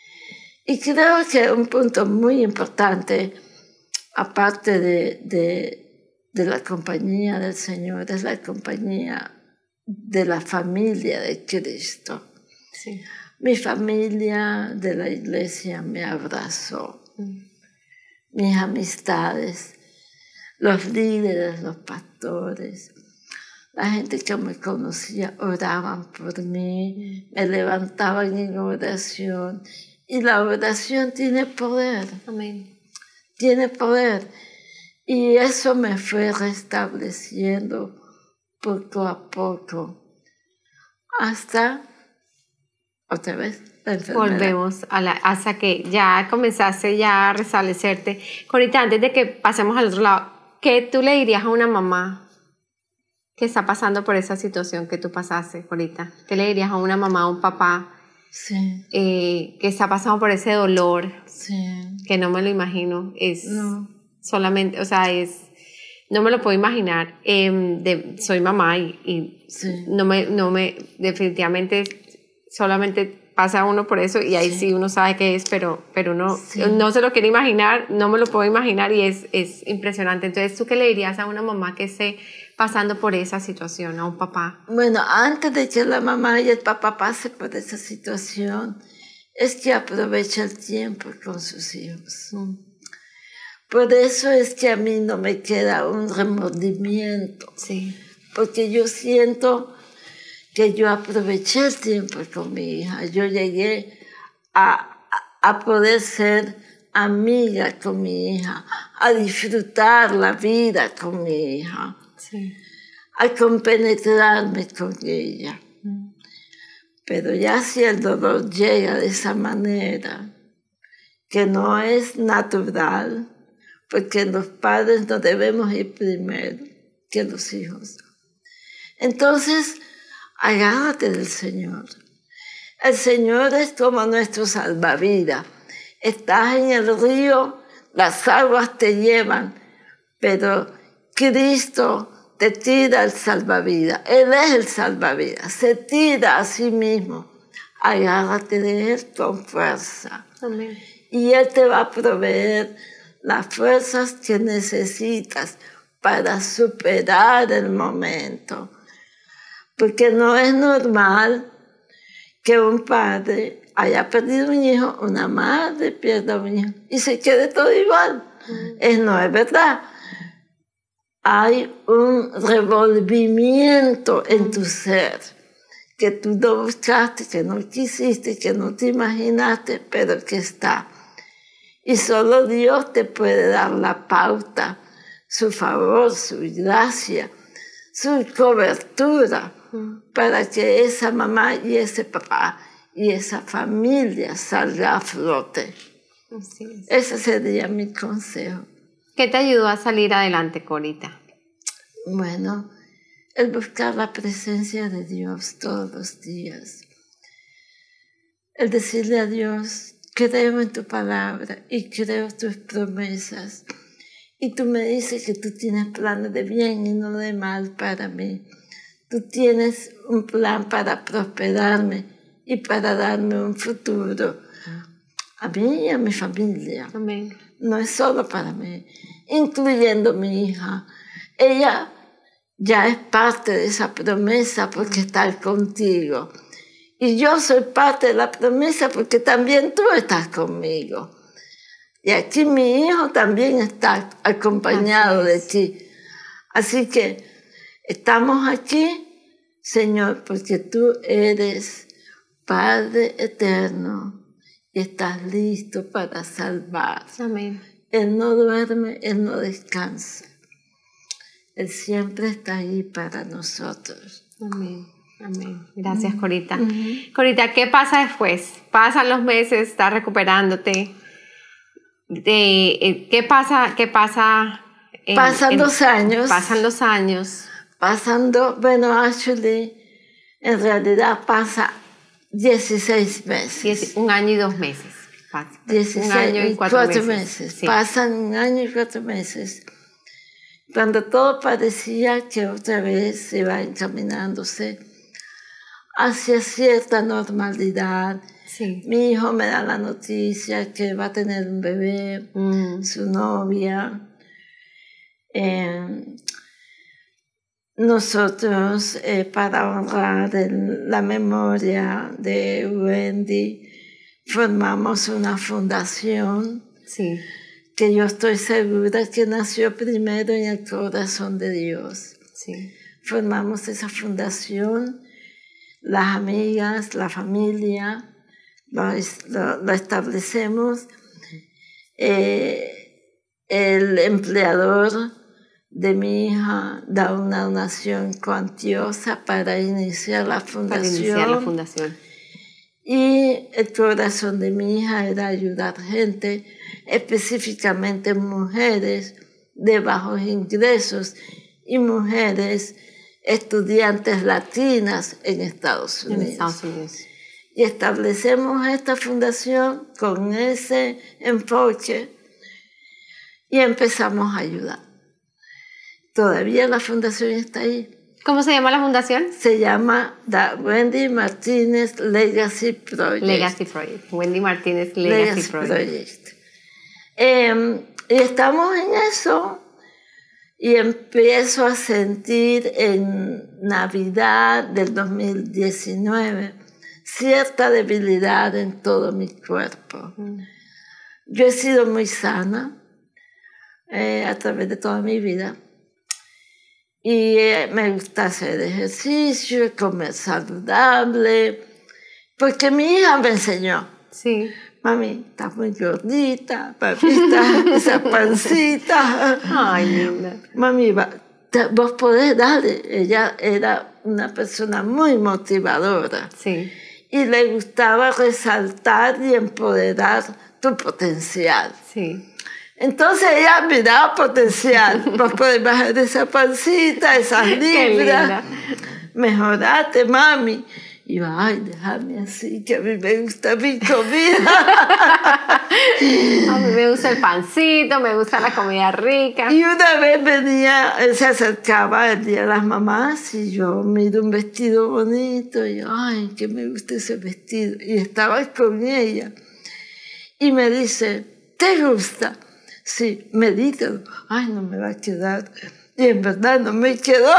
Y creo que un punto muy importante, aparte de, de, de la compañía del Señor, es la compañía de la familia de Cristo. Sí. Mi familia de la iglesia me abrazó. Mm. Mis amistades, los líderes, los pastores, la gente que me conocía oraban por mí, me levantaban en oración. Y la oración tiene poder. Amén. Tiene poder. Y eso me fue restableciendo poco a poco. Hasta, otra vez, la enfermedad. Volvemos a la, hasta que ya comenzaste ya a restablecerte. Corita, antes de que pasemos al otro lado, ¿qué tú le dirías a una mamá que está pasando por esa situación que tú pasaste, Corita? ¿Qué le dirías a una mamá, a un papá? Sí. Eh, que está pasando por ese dolor, sí. que no me lo imagino, es no. solamente, o sea, es, no me lo puedo imaginar, eh, de, soy mamá y, y sí. no, me, no me, definitivamente solamente pasa uno por eso y ahí sí, sí uno sabe qué es, pero, pero uno sí. no se lo quiere imaginar, no me lo puedo imaginar y es, es impresionante. Entonces, ¿tú qué le dirías a una mamá que esté pasando por esa situación, a un papá? Bueno, antes de que la mamá y el papá pasen por esa situación, es que aprovecha el tiempo con sus hijos. Mm. Por eso es que a mí no me queda un remordimiento. Sí. Porque yo siento que yo aproveché el tiempo con mi hija. Yo llegué a, a poder ser amiga con mi hija, a disfrutar la vida con mi hija. Sí. A compenetrarme con ella. Mm. Pero ya si el dolor llega de esa manera, que no es natural, porque los padres no debemos ir primero que los hijos. Entonces, agárrate del Señor. El Señor es como nuestro salvavidas. Estás en el río, las aguas te llevan, pero Cristo te tira el salvavidas. Él es el salvavidas. Se tira a sí mismo. Agárrate de Él con fuerza. Amén. Y Él te va a proveer las fuerzas que necesitas para superar el momento. Porque no es normal que un padre haya perdido un hijo, una madre pierda un hijo y se quede todo igual. Mm. Es, no es verdad. Hay un revolvimiento en tu ser que tú no buscaste, que no quisiste, que no te imaginaste, pero que está. Y solo Dios te puede dar la pauta, su favor, su gracia, su cobertura, mm. para que esa mamá y ese papá y esa familia salga a flote. Así es. Ese sería mi consejo. ¿Qué te ayudó a salir adelante, Corita? Bueno, el buscar la presencia de Dios todos los días. El decirle a Dios, creo en tu palabra y creo tus promesas. Y tú me dices que tú tienes planes de bien y no de mal para mí. Tú tienes un plan para prosperarme y para darme un futuro. A mí y a mi familia. Amén. No es solo para mí, incluyendo mi hija. Ella ya es parte de esa promesa porque está contigo. Y yo soy parte de la promesa porque también tú estás conmigo. Y aquí mi hijo también está acompañado de ti. Así que estamos aquí, Señor, porque tú eres Padre eterno y estás listo para salvar. Amén. Él no duerme, Él no descansa. Él siempre está ahí para nosotros. Amén. Amén. Gracias, Mm. Corita. Mm-hmm. Corita, ¿qué pasa después? Pasan los meses, estás recuperándote. de, eh, ¿qué pasa? ¿Qué pasa? En, pasan en, los años. Pasan los años. Pasando, bueno, actually, en realidad pasa dieciséis meses. Diez, un año y dos meses. Pasa. dieciséis, un año y cuatro, cuatro meses. meses. Sí. Pasan un año y cuatro meses. Cuando todo parecía que otra vez iba encaminándose hacia cierta normalidad. Sí. Mi hijo me da la noticia que va a tener un bebé, mm. su novia. Eh, nosotros, eh, para honrar el, la memoria de Wendy, formamos una fundación. Sí. Que yo estoy segura que nació primero en el corazón de Dios. Sí. Formamos esa fundación, las amigas, la familia, lo, lo, lo establecemos. Eh, el empleador de mi hija da una donación cuantiosa para iniciar la fundación. Para iniciar la fundación. Y el corazón de mi hija era ayudar gente, específicamente mujeres de bajos ingresos y mujeres estudiantes latinas en Estados Unidos. En Estados Unidos. Y establecemos esta fundación con ese enfoque y empezamos a ayudar. Todavía la fundación está ahí. ¿Cómo se llama la fundación? Se llama The Wendy Martínez Legacy Project. Legacy Project. Wendy Martínez Legacy, Legacy Project. Project. Eh, y estamos en eso y empiezo a sentir en Navidad del dos mil diecinueve cierta debilidad en todo mi cuerpo. Mm. Yo he sido muy sana eh, a través de toda mi vida. Y eh, me gusta hacer ejercicio, comer saludable, porque mi hija me enseñó. Sí. Mami, estás muy gordita, papita, esa pancita. Ay, linda. Mami, va, te, vos podés darle. Ella era una persona muy motivadora. Sí. Y le gustaba resaltar y empoderar tu potencial. Sí. Entonces ella miraba potencial. Vos podés bajar esa pancita, esas libras. Mejorate, mami. Y yo, ay, déjame así, que a mí me gusta mi comida. A mí me gusta el pancito, me gusta la comida rica. Y una vez venía, se acercaba el Día de las Mamás y yo miro un vestido bonito y yo, ay, que me gusta ese vestido. Y estaba con ella. Y me dice, ¿te gusta? Sí, me dijo, ay, no me va a quedar. Y en verdad no me quedó.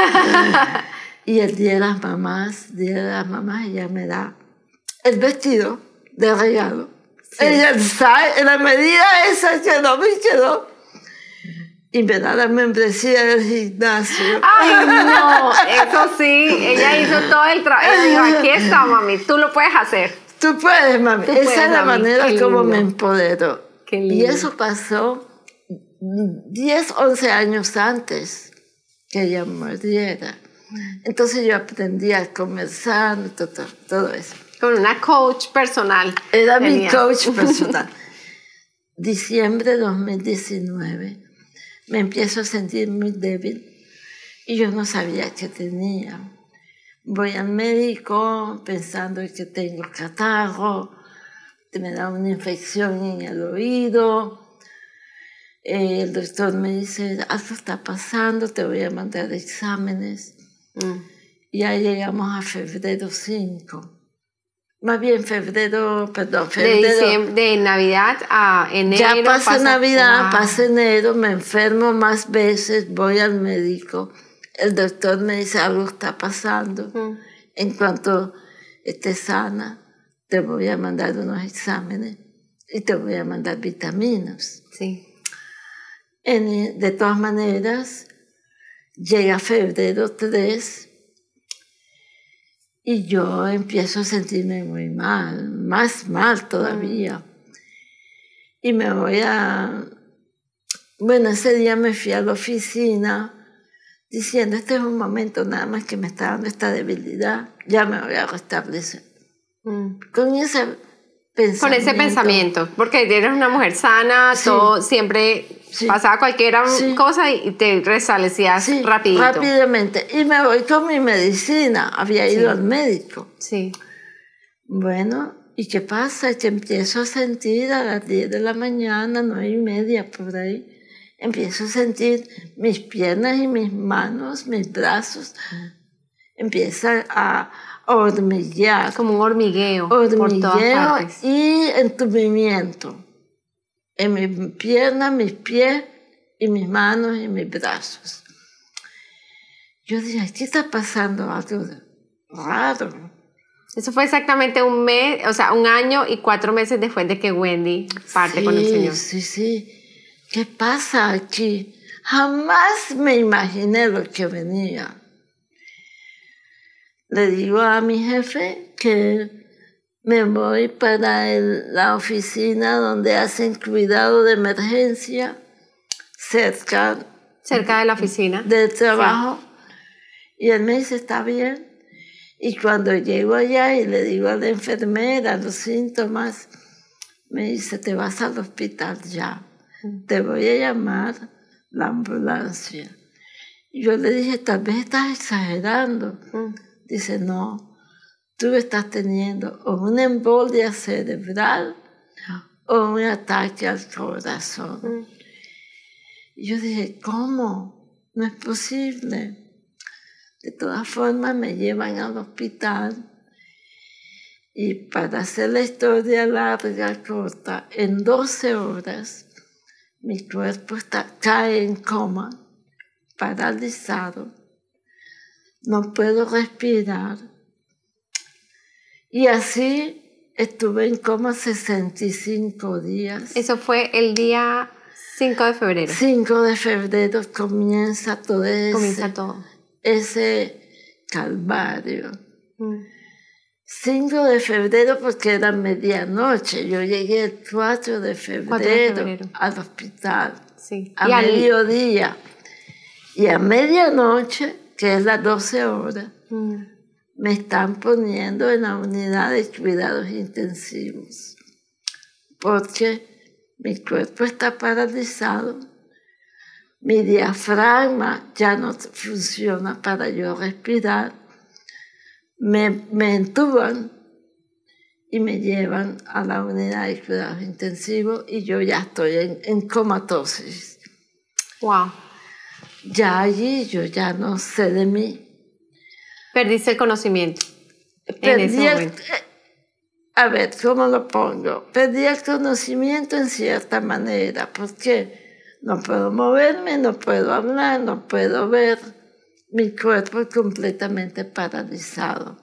Y el Día de las Mamás, Día de las Mamás, ella me da el vestido de regalo. Sí. Ella sabe, en la medida esa que no me quedó. Y me da la membresía del gimnasio. ¡Ay, no! Eso sí, ella hizo todo el trabajo. Ella dijo, aquí está, mami, tú lo puedes hacer. Tú puedes, mami. Tú esa puedes, es la mami. manera Qué como lindo. Me empoderó. Qué lindo. Y eso pasó diez, once años antes que ella muriera. Entonces yo aprendí a comer sano, todo, todo eso. Con una coach personal. Era mi coach personal. Diciembre de dos mil diecinueve me empiezo a sentir muy débil y yo no sabía qué tenía. Voy al médico pensando que tengo catarro, me da una infección en el oído. Eh, el doctor me dice, algo está pasando, te voy a mandar exámenes. Mm. Y ya llegamos a febrero cinco. Más bien febrero, perdón, febrero. De, diciembre, de Navidad a enero. Ya pasa, pasa Navidad, wow. pasa enero, me enfermo más veces, voy al médico. El doctor me dice, algo está pasando. Mm. En cuanto estés sana, te voy a mandar unos exámenes y te voy a mandar vitaminas. Sí. En, de todas maneras, llega febrero tres y yo empiezo a sentirme muy mal, más mal todavía. Mm. Y me voy a... Bueno, ese día me fui a la oficina diciendo, este es un momento nada más que me está dando esta debilidad, ya me voy a restablecer. Mm. Con esa pensamiento. Con ese pensamiento, porque eres una mujer sana, sí. todo siempre sí. pasaba cualquier sí. cosa y te restablecías sí, rapidito. rápidamente. Y me voy con mi medicina, había ido sí. al médico. Sí. Bueno, ¿y qué pasa? Que empiezo a sentir a las diez de la mañana, nueve y media, por ahí, empiezo a sentir mis piernas y mis manos, mis brazos, empiezan a hormiguear. Como un hormigueo. Hormigueo por todas partes. Y entumimiento. En mis piernas, mis pies, y mis manos y mis brazos. Yo dije, ¿qué está pasando? Algo raro. Eso fue exactamente un mes, o sea, un año y cuatro meses después de que Wendy parte sí, con el Señor. Sí, sí. ¿Qué pasa aquí? Jamás me imaginé lo que venía. Le digo a mi jefe que me voy para el, la oficina donde hacen cuidado de emergencia, cerca, cerca de la oficina del trabajo. Sí. Y él me dice, está bien. Y cuando llego allá y le digo a la enfermera los síntomas, me dice, te vas al hospital ya. Te voy a llamar la ambulancia. Y yo le dije, tal vez estás exagerando. Mm. Dice, no, tú estás teniendo o una embolia cerebral o un ataque al corazón. Mm. Y yo dije, ¿cómo? No es posible. De todas formas, me llevan al hospital y para hacer la historia larga, corta, en doce horas, mi cuerpo está, cae en coma, paralizado, no puedo respirar. Y así estuve en coma sesenta y cinco días. Eso fue el día cinco de febrero. cinco de febrero comienza todo ese, comienza todo. ese calvario. Mm. cinco de febrero porque era medianoche. Yo llegué el cuatro de febrero, cuatro de febrero. Al hospital. Sí. A y mediodía. Al... Y a medianoche, que es las doce horas, mm. me están poniendo en la unidad de cuidados intensivos. Porque mi cuerpo está paralizado. Mi diafragma ya no funciona para yo respirar. Me, me entuban y me llevan a la unidad de cuidados intensivos y yo ya estoy en, en comatosis. Wow. Ya allí yo ya no sé de mí. Perdiste el conocimiento. Perdí en ese momento. El, a ver, ¿cómo lo pongo? Perdí el conocimiento en cierta manera, porque no puedo moverme, no puedo hablar, no puedo ver. Mi cuerpo completamente paralizado.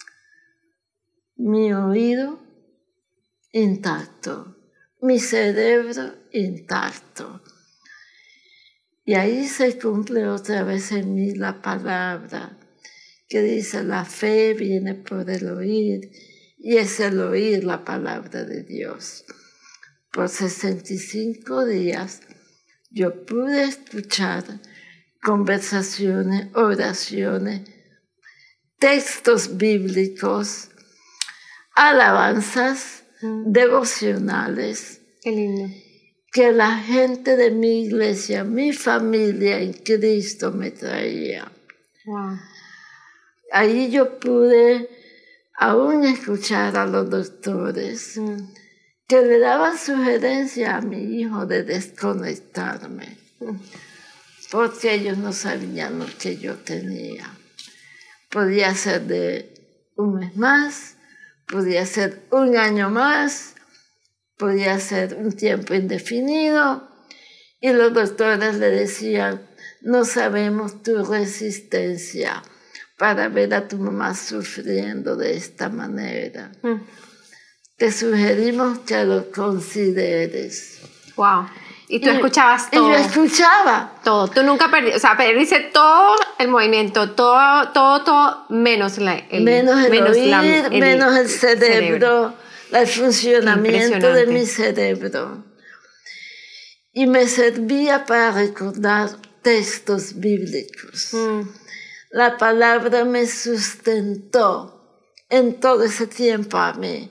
Mi oído intacto. Mi cerebro intacto. Y ahí se cumple otra vez en mí la palabra que dice, la fe viene por el oír, y es el oír la palabra de Dios. Por sesenta y cinco días yo pude escuchar conversaciones, oraciones, textos bíblicos, alabanzas, mm. devocionales. Qué lindo. Que la gente de mi iglesia, mi familia en Cristo me traía. Wow. Ahí yo pude aún escuchar a los doctores mm. que le daban sugerencia a mi hijo de desconectarme. Mm. Porque ellos no sabían lo que yo tenía. Podía ser de un mes más, podía ser un año más, podía ser un tiempo indefinido, y los doctores le decían, no sabemos tu resistencia para ver a tu mamá sufriendo de esta manera. Mm. Te sugerimos que lo consideres. Wow. Y tú y, escuchabas todo. Y yo escuchaba. Todo. Tú nunca perdiste, o sea, perdiste todo el movimiento, todo, todo, todo, menos, la, el, menos el menos oír, la, el, menos el cerebro, cerebro. El funcionamiento de mi cerebro. Y me servía para recordar textos bíblicos. Mm. La palabra me sustentó en todo ese tiempo a mí,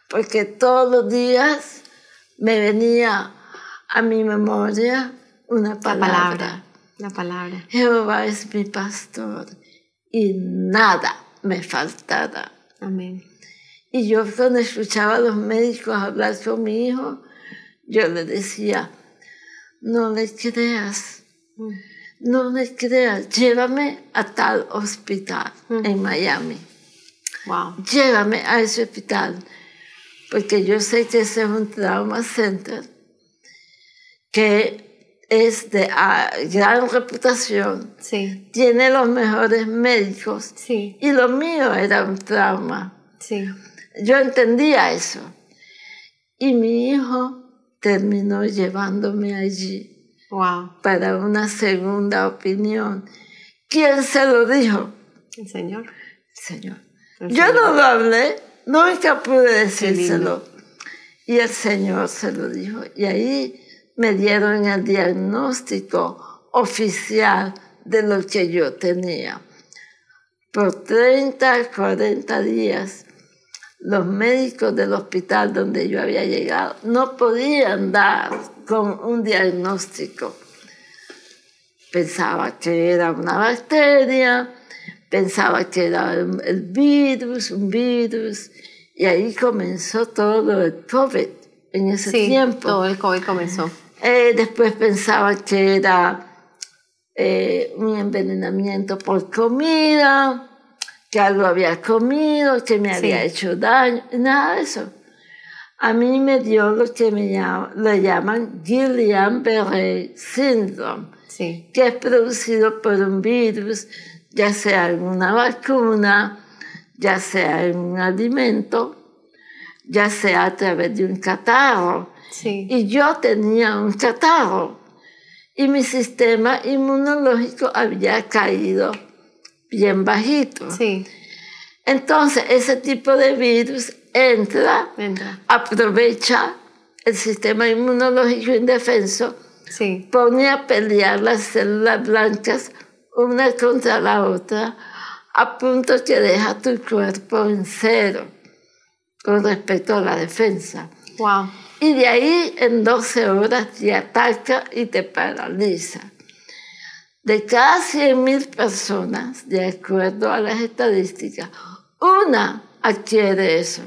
porque todos los días me venía a mi memoria una palabra. La palabra, la palabra. Jehová es mi pastor y nada me faltará. Amén. Y yo cuando escuchaba a los médicos hablar con mi hijo, yo le decía, no le creas, mm. no le creas, llévame a tal hospital mm. en Miami. Wow. Llévame a ese hospital, porque yo sé que ese es un trauma center que es de uh, gran reputación, sí. tiene los mejores médicos, sí. y lo mío era un trauma. Sí. Yo entendía eso. Y mi hijo terminó llevándome allí wow. para una segunda opinión. ¿Quién se lo dijo? El Señor. El Señor. El Yo Señor. no lo hablé, nunca pude decírselo. Y el Señor se lo dijo. Y ahí me dieron el diagnóstico oficial de lo que yo tenía. Por treinta, cuarenta días, los médicos del hospital donde yo había llegado no podían dar con un diagnóstico. Pensaba que era una bacteria, pensaba que era el virus, un virus, y ahí comenzó todo el COVID en ese sí, tiempo. todo el COVID comenzó. Eh, después pensaba que era eh, un envenenamiento por comida, que algo había comido, que me había sí. hecho daño, nada de eso. A mí me dio lo que me llama, le llaman Guillain-Barré Syndrome, sí. que es producido por un virus, ya sea en una vacuna, ya sea en un alimento, ya sea a través de un catarro. Sí. Y yo tenía un catarro y mi sistema inmunológico había caído bien bajito. Sí. Entonces, ese tipo de virus entra, entra. aprovecha el sistema inmunológico indefenso, sí. pone a pelear las células blancas una contra la otra, a punto que deja tu cuerpo en cero con respecto a la defensa. Wow. Y de ahí en doce horas te ataca y te paraliza. De cada cien mil personas, de acuerdo a las estadísticas, una adquiere eso.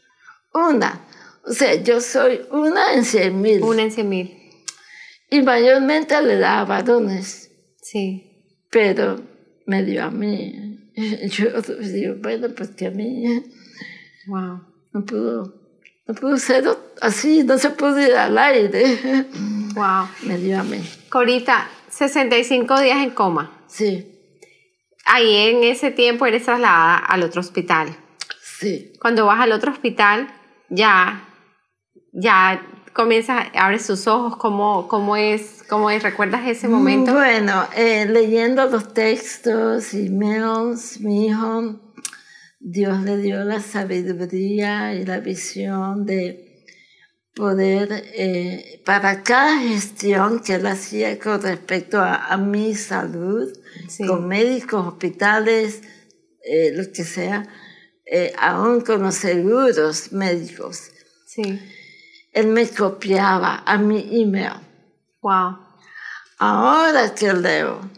Una. O sea, yo soy una en cien mil. Una en cien mil. Y mayormente le da a varones. Sí. Pero me dio a mí. Yo digo, bueno, pues que a mí wow. no pudo, no pudo ser así, no se pudo ir al aire. Wow. Me dio a mí. Corita, sesenta y cinco días en coma. Sí. Ahí en ese tiempo eres trasladada al otro hospital. Sí. Cuando vas al otro hospital, ya, ya comienzas, abres tus ojos, ¿cómo, cómo es, cómo es? ¿Recuerdas ese momento? Bueno, eh, leyendo los textos, emails, mi hijo, Dios le dio la sabiduría y la visión de poder, eh, para cada gestión que él hacía con respecto a, a mi salud, sí. con médicos, hospitales, eh, lo que sea, eh, aún con los seguros médicos. Sí. Él me copiaba a mi email. Wow. Ahora que leo,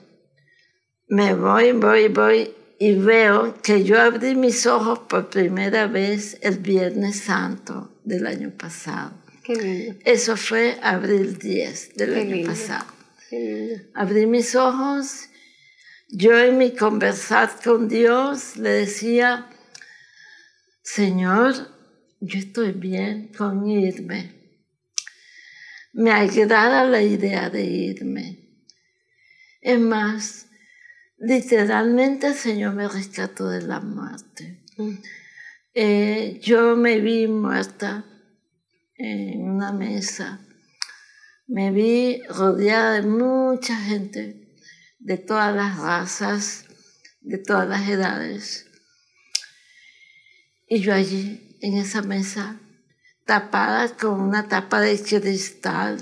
me voy, voy, voy y veo que yo abrí mis ojos por primera vez el Viernes Santo del año pasado. Qué lindo. Eso fue abril diez del Qué año lindo. pasado. Qué lindo. Abrí mis ojos, yo en mi conversar con Dios le decía, Señor, yo estoy bien con irme. Me agrada la idea de irme. Es más, literalmente el Señor me rescató de la muerte. Mm. Eh, yo me vi muerta en una mesa. Me vi rodeada de mucha gente, de todas las razas, de todas las edades. Y yo allí, en esa mesa, tapada con una tapa de cristal,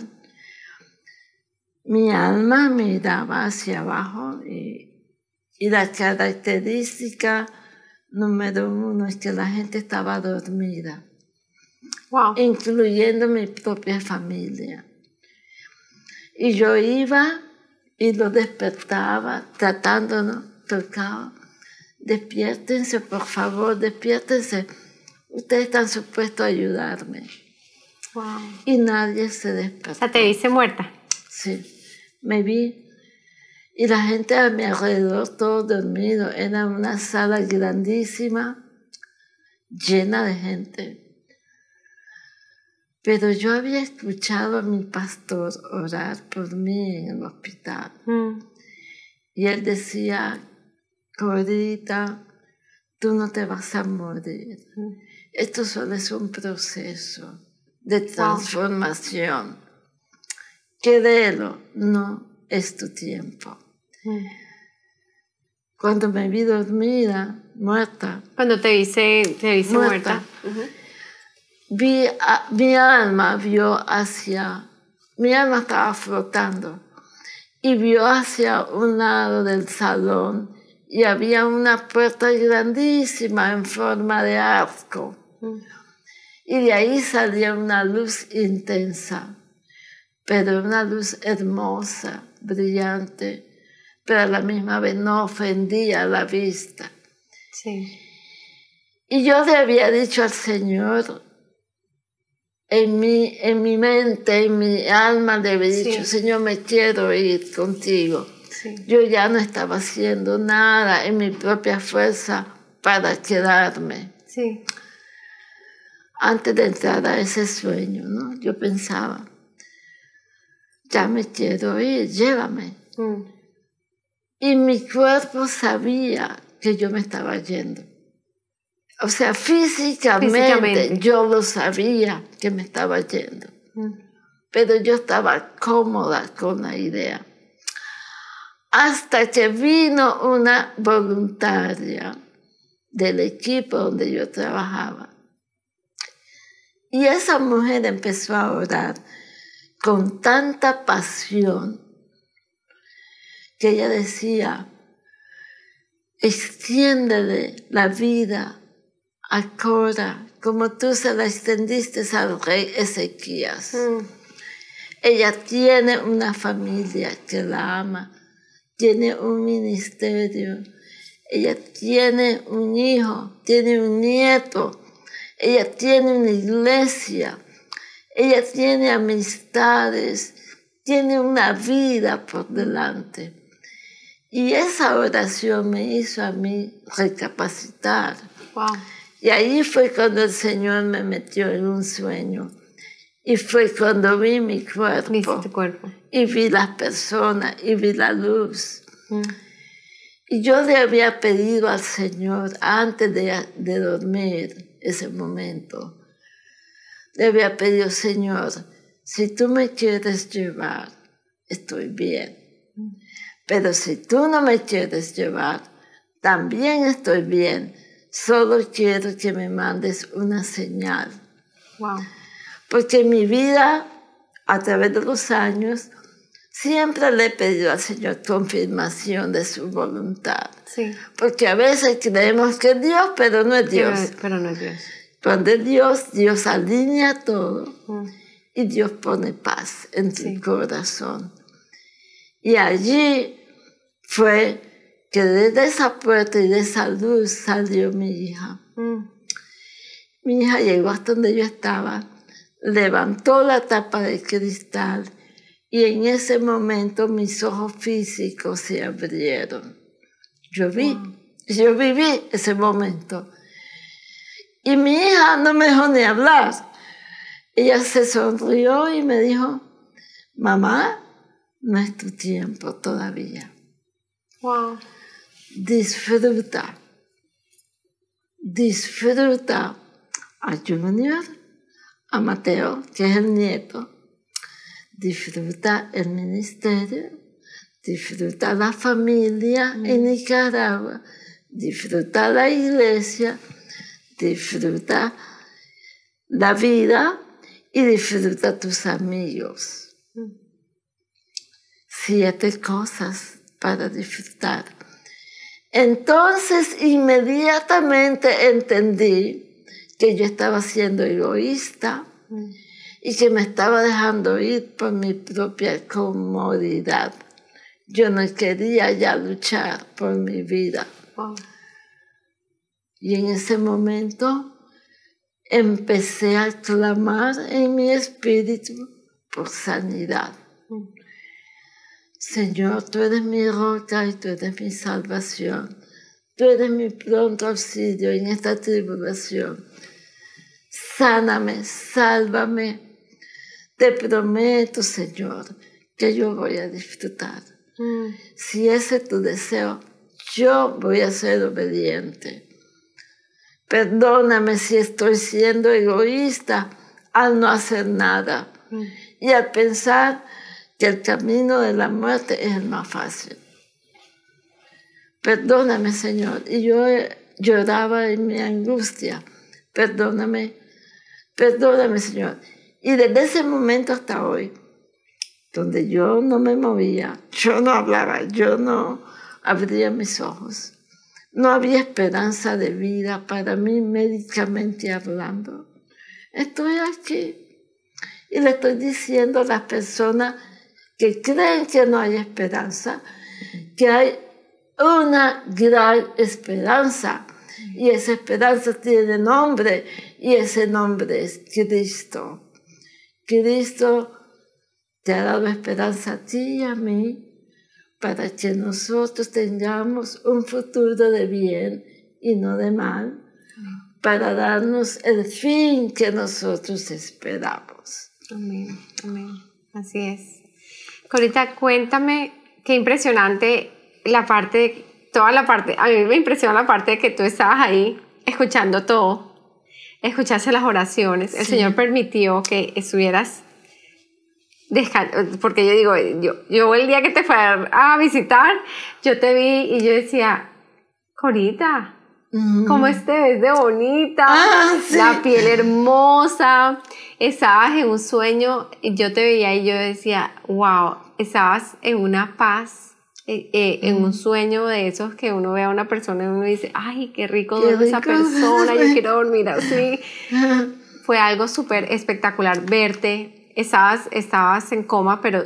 mi alma miraba hacia abajo y, y la característica número uno es que la gente estaba dormida. wow. incluyendo mi propia familia. Y yo iba y lo despertaba, tratándonos, tocaba. Despiértense, por favor, despiértense. Ustedes están supuestos a ayudarme. Wow. Y nadie se despertó. O sea, ¿te viste muerta? Sí, me vi. Y la gente a mi alrededor, todo dormido. Era una sala grandísima, llena de gente. Pero yo había escuchado a mi pastor orar por mí en el hospital. Mm. Y él decía, Corita, tú no te vas a morir. Mm. Esto solo es un proceso de transformación. Wow. Créelo, no es tu tiempo. Mm. Cuando me vi dormida, muerta. Cuando te viste, te viste muerta. muerta. Uh-huh. Vi a, mi alma vio hacia, mi alma estaba flotando y vio hacia un lado del salón y había una puerta grandísima en forma de arco. Mm. Y de ahí salía una luz intensa, pero una luz hermosa, brillante, pero a la misma vez no ofendía la vista. Sí. Y yo le había dicho al Señor, En mi, en mi mente, en mi alma le había dicho, sí. Señor, me quiero ir contigo. Sí. Yo ya no estaba haciendo nada en mi propia fuerza para quedarme. Sí. Antes de entrar a ese sueño, ¿no? Yo pensaba, ya me quiero ir, llévame. Mm. Y mi cuerpo sabía que yo me estaba yendo. O sea, físicamente, físicamente yo lo sabía que me estaba yendo, mm. pero yo estaba cómoda con la idea. Hasta que vino una voluntaria del equipo donde yo trabajaba. Y esa mujer empezó a orar con tanta pasión que ella decía, extiéndele la vida a Cora, como tú se la extendiste al rey Ezequías. Mm. Ella tiene una familia que la ama, tiene un ministerio, ella tiene un hijo, tiene un nieto, ella tiene una iglesia, ella tiene amistades, tiene una vida por delante. Y esa oración me hizo a mí recapacitar. Wow. Y ahí fue cuando el Señor me metió en un sueño. Y fue cuando vi mi cuerpo. ¿Viste tu cuerpo? Y vi las personas y vi la luz. Mm. Y yo le había pedido al Señor, antes de, de dormir, ese momento, le había pedido, Señor, si tú me quieres llevar, estoy bien. Mm. Pero si tú no me quieres llevar, también estoy bien. Solo quiero que me mandes una señal. Wow. Porque en mi vida, a través de los años, siempre le he pedido al Señor confirmación de su voluntad. Sí. Porque a veces creemos que es Dios, pero no es Dios. Pero, pero no es Dios. Cuando es Dios, Dios alinea todo. Mm. Y Dios pone paz en tu sí. corazón. Y allí fue que desde esa puerta y de esa luz salió mi hija. Mm. Mi hija llegó hasta donde yo estaba, levantó la tapa de cristal y en ese momento mis ojos físicos se abrieron. Yo vi, wow. yo viví ese momento. Y mi hija no me dejó ni hablar. Ella se sonrió y me dijo, mamá, no es tu tiempo todavía. Wow. Disfruta, disfruta a Junior, a Mateo, que es el nieto, disfruta el ministerio, disfruta la familia mm. en Nicaragua, disfruta la iglesia, disfruta la vida y disfruta tus amigos. Mm. Siete cosas para disfrutar. Entonces inmediatamente entendí que yo estaba siendo egoísta mm. y que me estaba dejando ir por mi propia comodidad. Yo no quería ya luchar por mi vida. Wow. Y en ese momento empecé a clamar en mi espíritu por sanidad. Mm. Señor, tú eres mi roca y tú eres mi salvación. Tú eres mi pronto auxilio en esta tribulación. Sáname, sálvame. Te prometo, Señor, que yo voy a disfrutar. Mm. Si ese es tu deseo, yo voy a ser obediente. Perdóname si estoy siendo egoísta al no hacer nada mm. y al pensar que el camino de la muerte es el más fácil. Perdóname, Señor. Y yo lloraba en mi angustia. Perdóname, perdóname, Señor. Y desde ese momento hasta hoy, donde yo no me movía, yo no hablaba, yo no abría mis ojos, no había esperanza de vida para mí médicamente hablando. Estoy aquí y le estoy diciendo a las personas que creen que no hay esperanza, que hay una gran esperanza. Y esa esperanza tiene nombre, y ese nombre es Cristo. Cristo te ha dado esperanza a ti y a mí para que nosotros tengamos un futuro de bien y no de mal, para darnos el fin que nosotros esperamos. Amén, amén. Así es. Corita, cuéntame, qué impresionante la parte, toda la parte, a mí me impresiona la parte de que tú estabas ahí escuchando todo, escuchaste las oraciones, sí. El Señor permitió que estuvieras descansando, porque yo digo, yo, yo el día que te fui a visitar, yo te vi y yo decía, Corita, mm. ¿cómo te ves de bonita? Ah, sí. La piel hermosa, estabas en un sueño, y yo te veía y yo decía, wow, estabas en una paz, eh, eh, en un sueño de esos que uno ve a una persona y uno dice, ay, qué rico duerme esa persona, yo quiero dormir así. Fue algo súper espectacular verte, estabas, estabas en coma, pero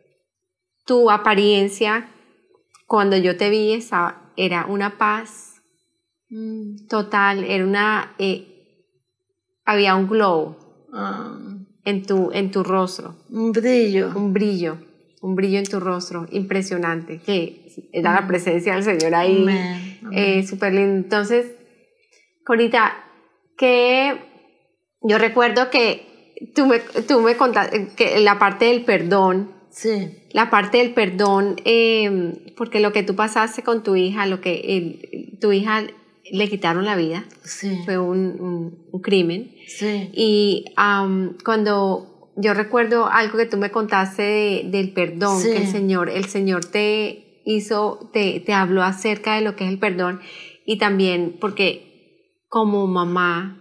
tu apariencia, cuando yo te vi, estaba, era una paz mm. total, era una, eh, había un glow oh. en, tu, en tu rostro. Un brillo. Un brillo. Un brillo en tu rostro impresionante, que era la presencia del Señor ahí, Amén. Amén. Eh, súper lindo. Entonces, Corita, que yo recuerdo que tú me, tú me contaste que la parte del perdón, sí. la parte del perdón, eh, porque lo que tú pasaste con tu hija, lo que el, tu hija le quitaron la vida, sí. fue un, un, un crimen. Sí. Y um, cuando... Yo recuerdo algo que tú me contaste de, del perdón, sí. que el Señor, el Señor te hizo, te, te habló acerca de lo que es el perdón, y también porque como mamá,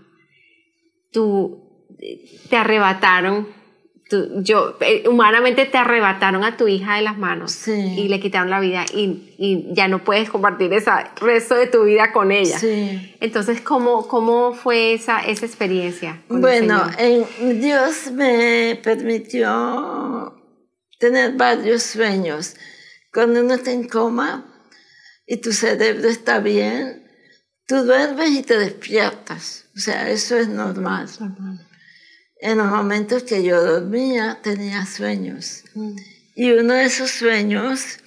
tú te arrebataron, tú, yo, humanamente te arrebataron a tu hija de las manos, sí. y le quitaron la vida, y, y ya no puedes compartir ese resto de tu vida con ella. Sí. Entonces, ¿cómo, cómo fue esa, esa experiencia con Bueno, el en, Dios me permitió tener varios sueños. Cuando uno está en coma y tu cerebro está bien, tú duermes y te despiertas. O sea, eso es normal. normal. En los momentos que yo dormía, tenía sueños. Mm. Y uno de esos sueños,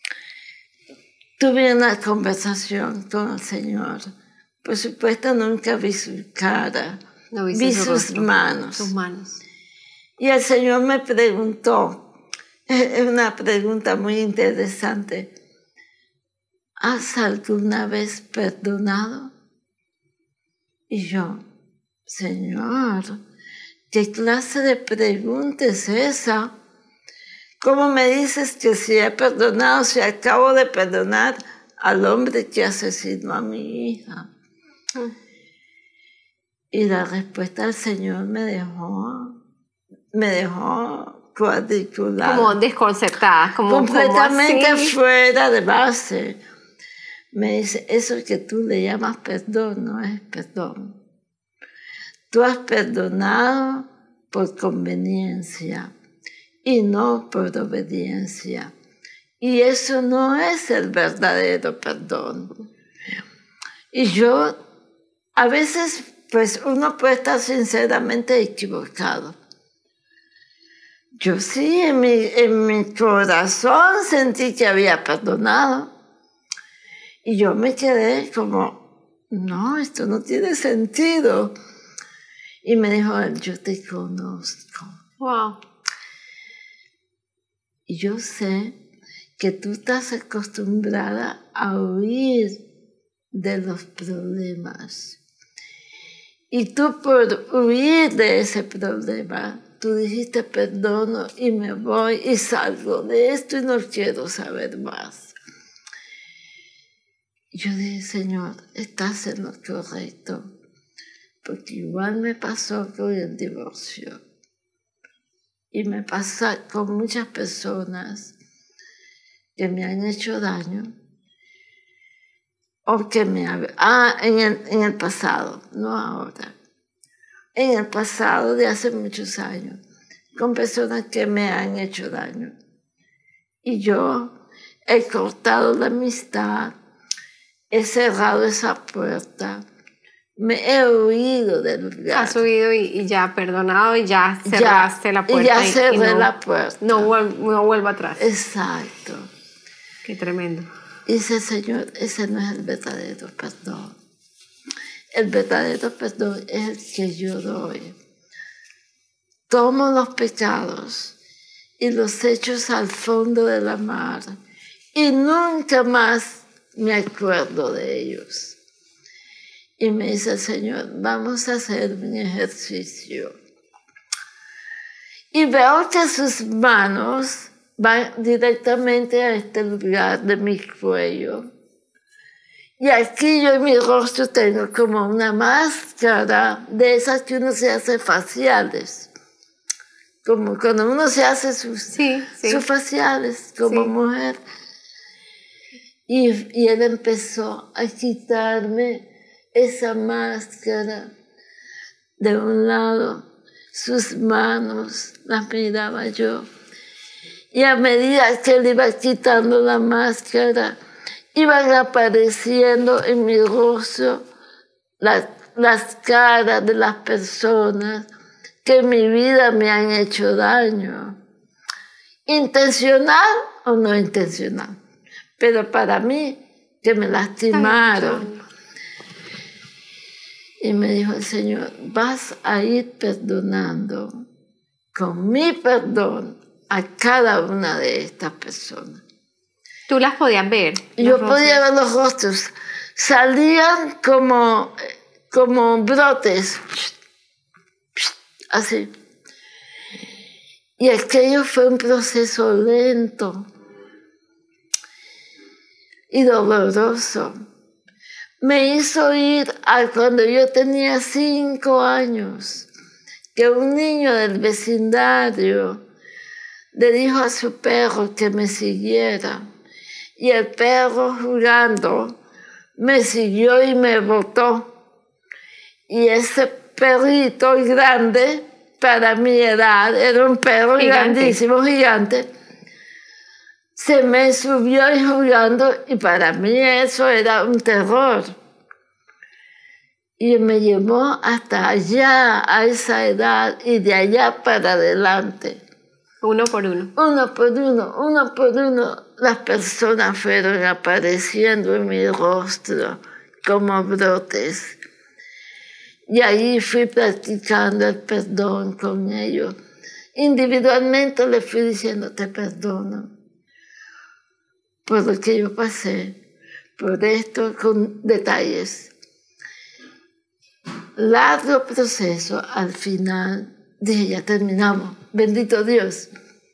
tuve una conversación con el Señor. Por supuesto, nunca vi su cara, no vi sus rostro, manos. sus manos. Y el Señor me preguntó, es una pregunta muy interesante, ¿has alguna vez perdonado? Y yo, Señor, ¿qué clase de pregunta es esa? ¿Cómo me dices que si he perdonado, si acabo de perdonar al hombre que asesinó a mi hija? Mm. Y la respuesta del Señor me dejó, me dejó cuadriculada. Como desconcertada, como completamente como así. Fuera de base. Me dice, eso que tú le llamas perdón no es perdón. tú has perdonado por conveniencia y no por obediencia. Y eso no es el verdadero perdón. Y yo, a veces, pues uno puede estar sinceramente equivocado. Yo sí, en mi, en mi corazón sentí que había perdonado. Y yo me quedé como, no, esto no tiene sentido. Y me dijo, yo te conozco. Wow. Y yo sé que tú estás acostumbrada a huir de los problemas. Y tú por huir de ese problema, tú dijiste perdono y me voy y salgo de esto y no quiero saber más. Yo dije, Señor, estás en lo correcto, porque igual me pasó con el divorcio. Y me pasa con muchas personas que me han hecho daño o que me... Ah, en el, en el pasado, no ahora. En el pasado de hace muchos años, con personas que me han hecho daño. Y yo he cortado la amistad, he cerrado esa puerta, me he huido del lugar. Has huido y, y ya perdonado y ya cerraste ya, la puerta. Y ya cerré y no, la puerta. No, vuel, no vuelvo atrás. Exacto. Qué tremendo. Dice, Señor, ese no es el verdadero perdón. El verdadero perdón es el que yo doy. Tomo los pecados y los echo al fondo de la mar y nunca más me acuerdo de ellos. Y me dice el Señor, vamos a hacer un ejercicio. Y veo que sus manos van directamente a este lugar de mi cuello. Y aquí yo en mi rostro tengo como una máscara de esas que uno se hace faciales. Como cuando uno se hace sus, sí, sí. sus faciales como sí. mujer. Y, y él empezó a quitarme esa máscara de un lado, sus manos, las miraba yo. Y a medida que él iba quitando la máscara, iban apareciendo en mi rostro las, las caras de las personas que en mi vida me han hecho daño. Intencional o no intencional. Pero para mí, que me lastimaron. Y me dijo el Señor, vas a ir perdonando con mi perdón a cada una de estas personas. ¿Tú las podías ver? Yo podía ver los rostros. Salían como, como brotes. Así. Y aquello fue un proceso lento y doloroso. Me hizo ir a cuando yo tenía cinco años, que un niño del vecindario le dijo a su perro que me siguiera. Y el perro, jugando, me siguió y me botó. Y ese perrito grande, para mi edad, era un perro gigante. grandísimo, gigante, se me subió y jugando, y para mí eso era un terror. Y me llevó hasta allá, a esa edad, y de allá para adelante. Uno por uno. Uno por uno, uno por uno, las personas fueron apareciendo en mi rostro como brotes. Y ahí fui practicando el perdón con ellos. Individualmente les fui diciendo, te perdono por lo que yo pasé, por esto con detalles. Largo proceso, al final dije, ya terminamos, bendito Dios.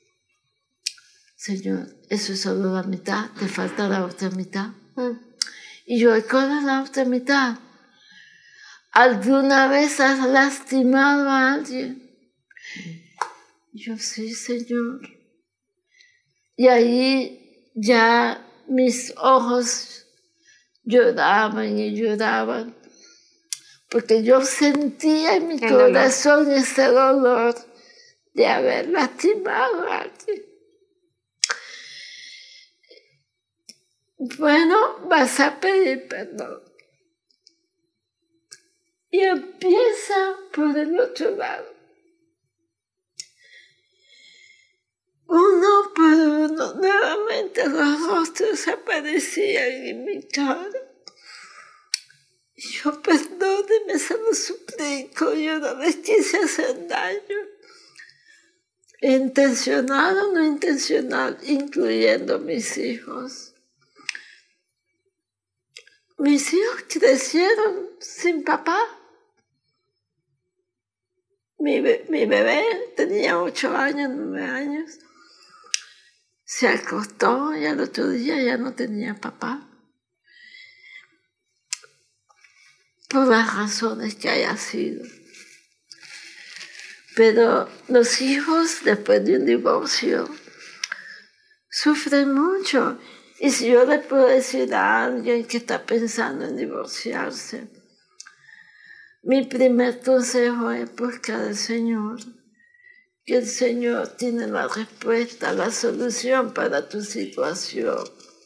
Señor, eso es solo la mitad, te falta la otra mitad. Mm. Y yo, ¿cuál es la otra mitad? ¿Alguna vez has lastimado a alguien? Yo, sí, Señor. Y ahí ya mis ojos lloraban y lloraban, porque yo sentía en mi El corazón dolor. ese dolor de haber lastimado a alguien. Bueno, vas a pedir perdón. Y empieza por el otro lado. Uno por uno, nuevamente los rostros aparecían en mi cara. Yo, perdóneme, se lo suplico, yo no les quise hacer daño. Intencional o no intencional, incluyendo mis hijos. Mis hijos crecieron sin papá. Mi, be mi bebé tenía ocho años, nueve años. Se acostó y al otro día ya no tenía papá. Por las razones que haya sido. Pero los hijos, después de un divorcio, sufren mucho. Y si yo le puedo decir a alguien que está pensando en divorciarse, mi primer consejo es buscar al Señor, que el Señor tiene la respuesta, la solución para tu situación.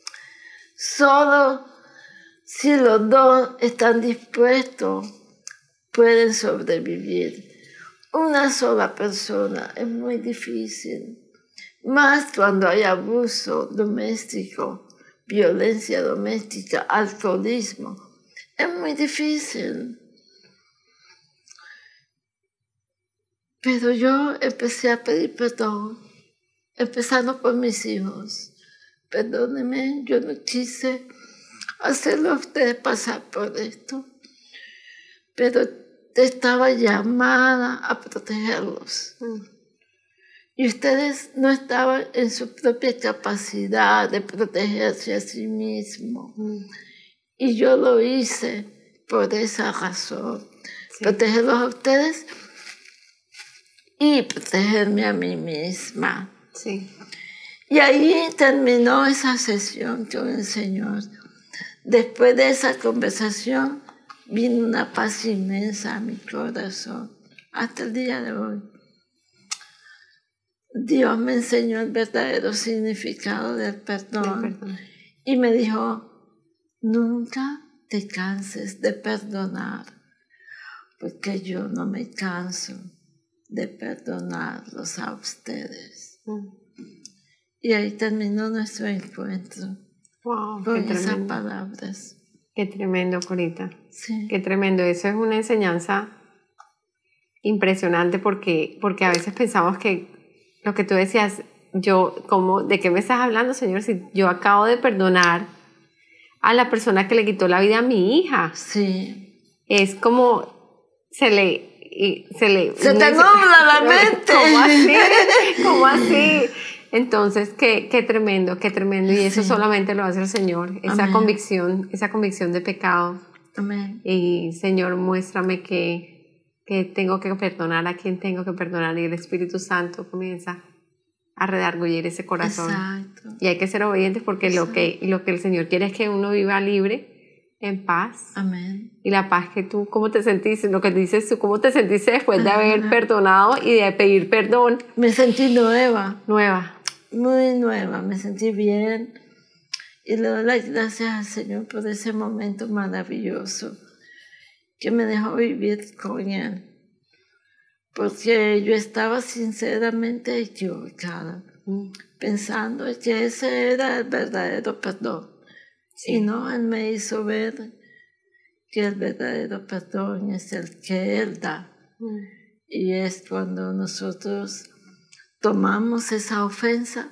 Solo si los dos están dispuestos, pueden sobrevivir. Una sola persona es muy difícil, más cuando hay abuso doméstico, violencia doméstica, alcoholismo. Es muy difícil. Pero yo empecé a pedir perdón, empezando por mis hijos. Perdóneme, yo no quise hacerlo a ustedes pasar por esto, pero estaba llamada a protegerlos. Mm. Y ustedes no estaban en su propia capacidad de protegerse a sí mismos. Mm. Y yo lo hice por esa razón. Sí. Protegerlos a ustedes y protegerme a mí misma. Sí. Y ahí terminó esa sesión con el Señor. Después de esa conversación, vino una paz inmensa a mi corazón, hasta el día de hoy. Dios me enseñó el verdadero significado del perdón, del perdón. Y me dijo, nunca te canses de perdonar, porque yo no me canso de perdonarlos a ustedes. Mm. Y ahí terminó nuestro encuentro. Wow, con esas palabras. Qué tremendo, Corita. Sí. Qué tremendo. Eso es una enseñanza impresionante porque, porque a veces pensamos que lo que tú decías, yo, como, ¿de qué me estás hablando, Señor? Si yo acabo de perdonar a la persona que le quitó la vida a mi hija. Sí. Es como se le... Y se le se te nubla la mente. ¿Cómo así? ¿Cómo así? Entonces, qué, qué tremendo, qué tremendo. Y eso sí. Solamente lo hace el Señor. Esa Amén. convicción, esa convicción de pecado. Amén. Y Señor, muéstrame que, que tengo que perdonar a quien tengo que perdonar. Y el Espíritu Santo comienza a redarguir ese corazón. Exacto. Y hay que ser obedientes porque lo que, lo que el Señor quiere es que uno viva libre, en paz. Amén. Y la paz que tú, ¿cómo te sentiste? Lo que dices tú, ¿cómo te sentiste después de haber Ajá. perdonado y de pedir perdón? Me sentí nueva. Nueva. Muy nueva, me sentí bien. Y le doy las gracias al Señor por ese momento maravilloso que me dejó vivir con Él. Porque yo estaba sinceramente equivocada, mm. pensando que ese era el verdadero perdón. Sí. Y no, Él me hizo ver que el verdadero perdón es el que Él da. Mm. Y es cuando nosotros tomamos esa ofensa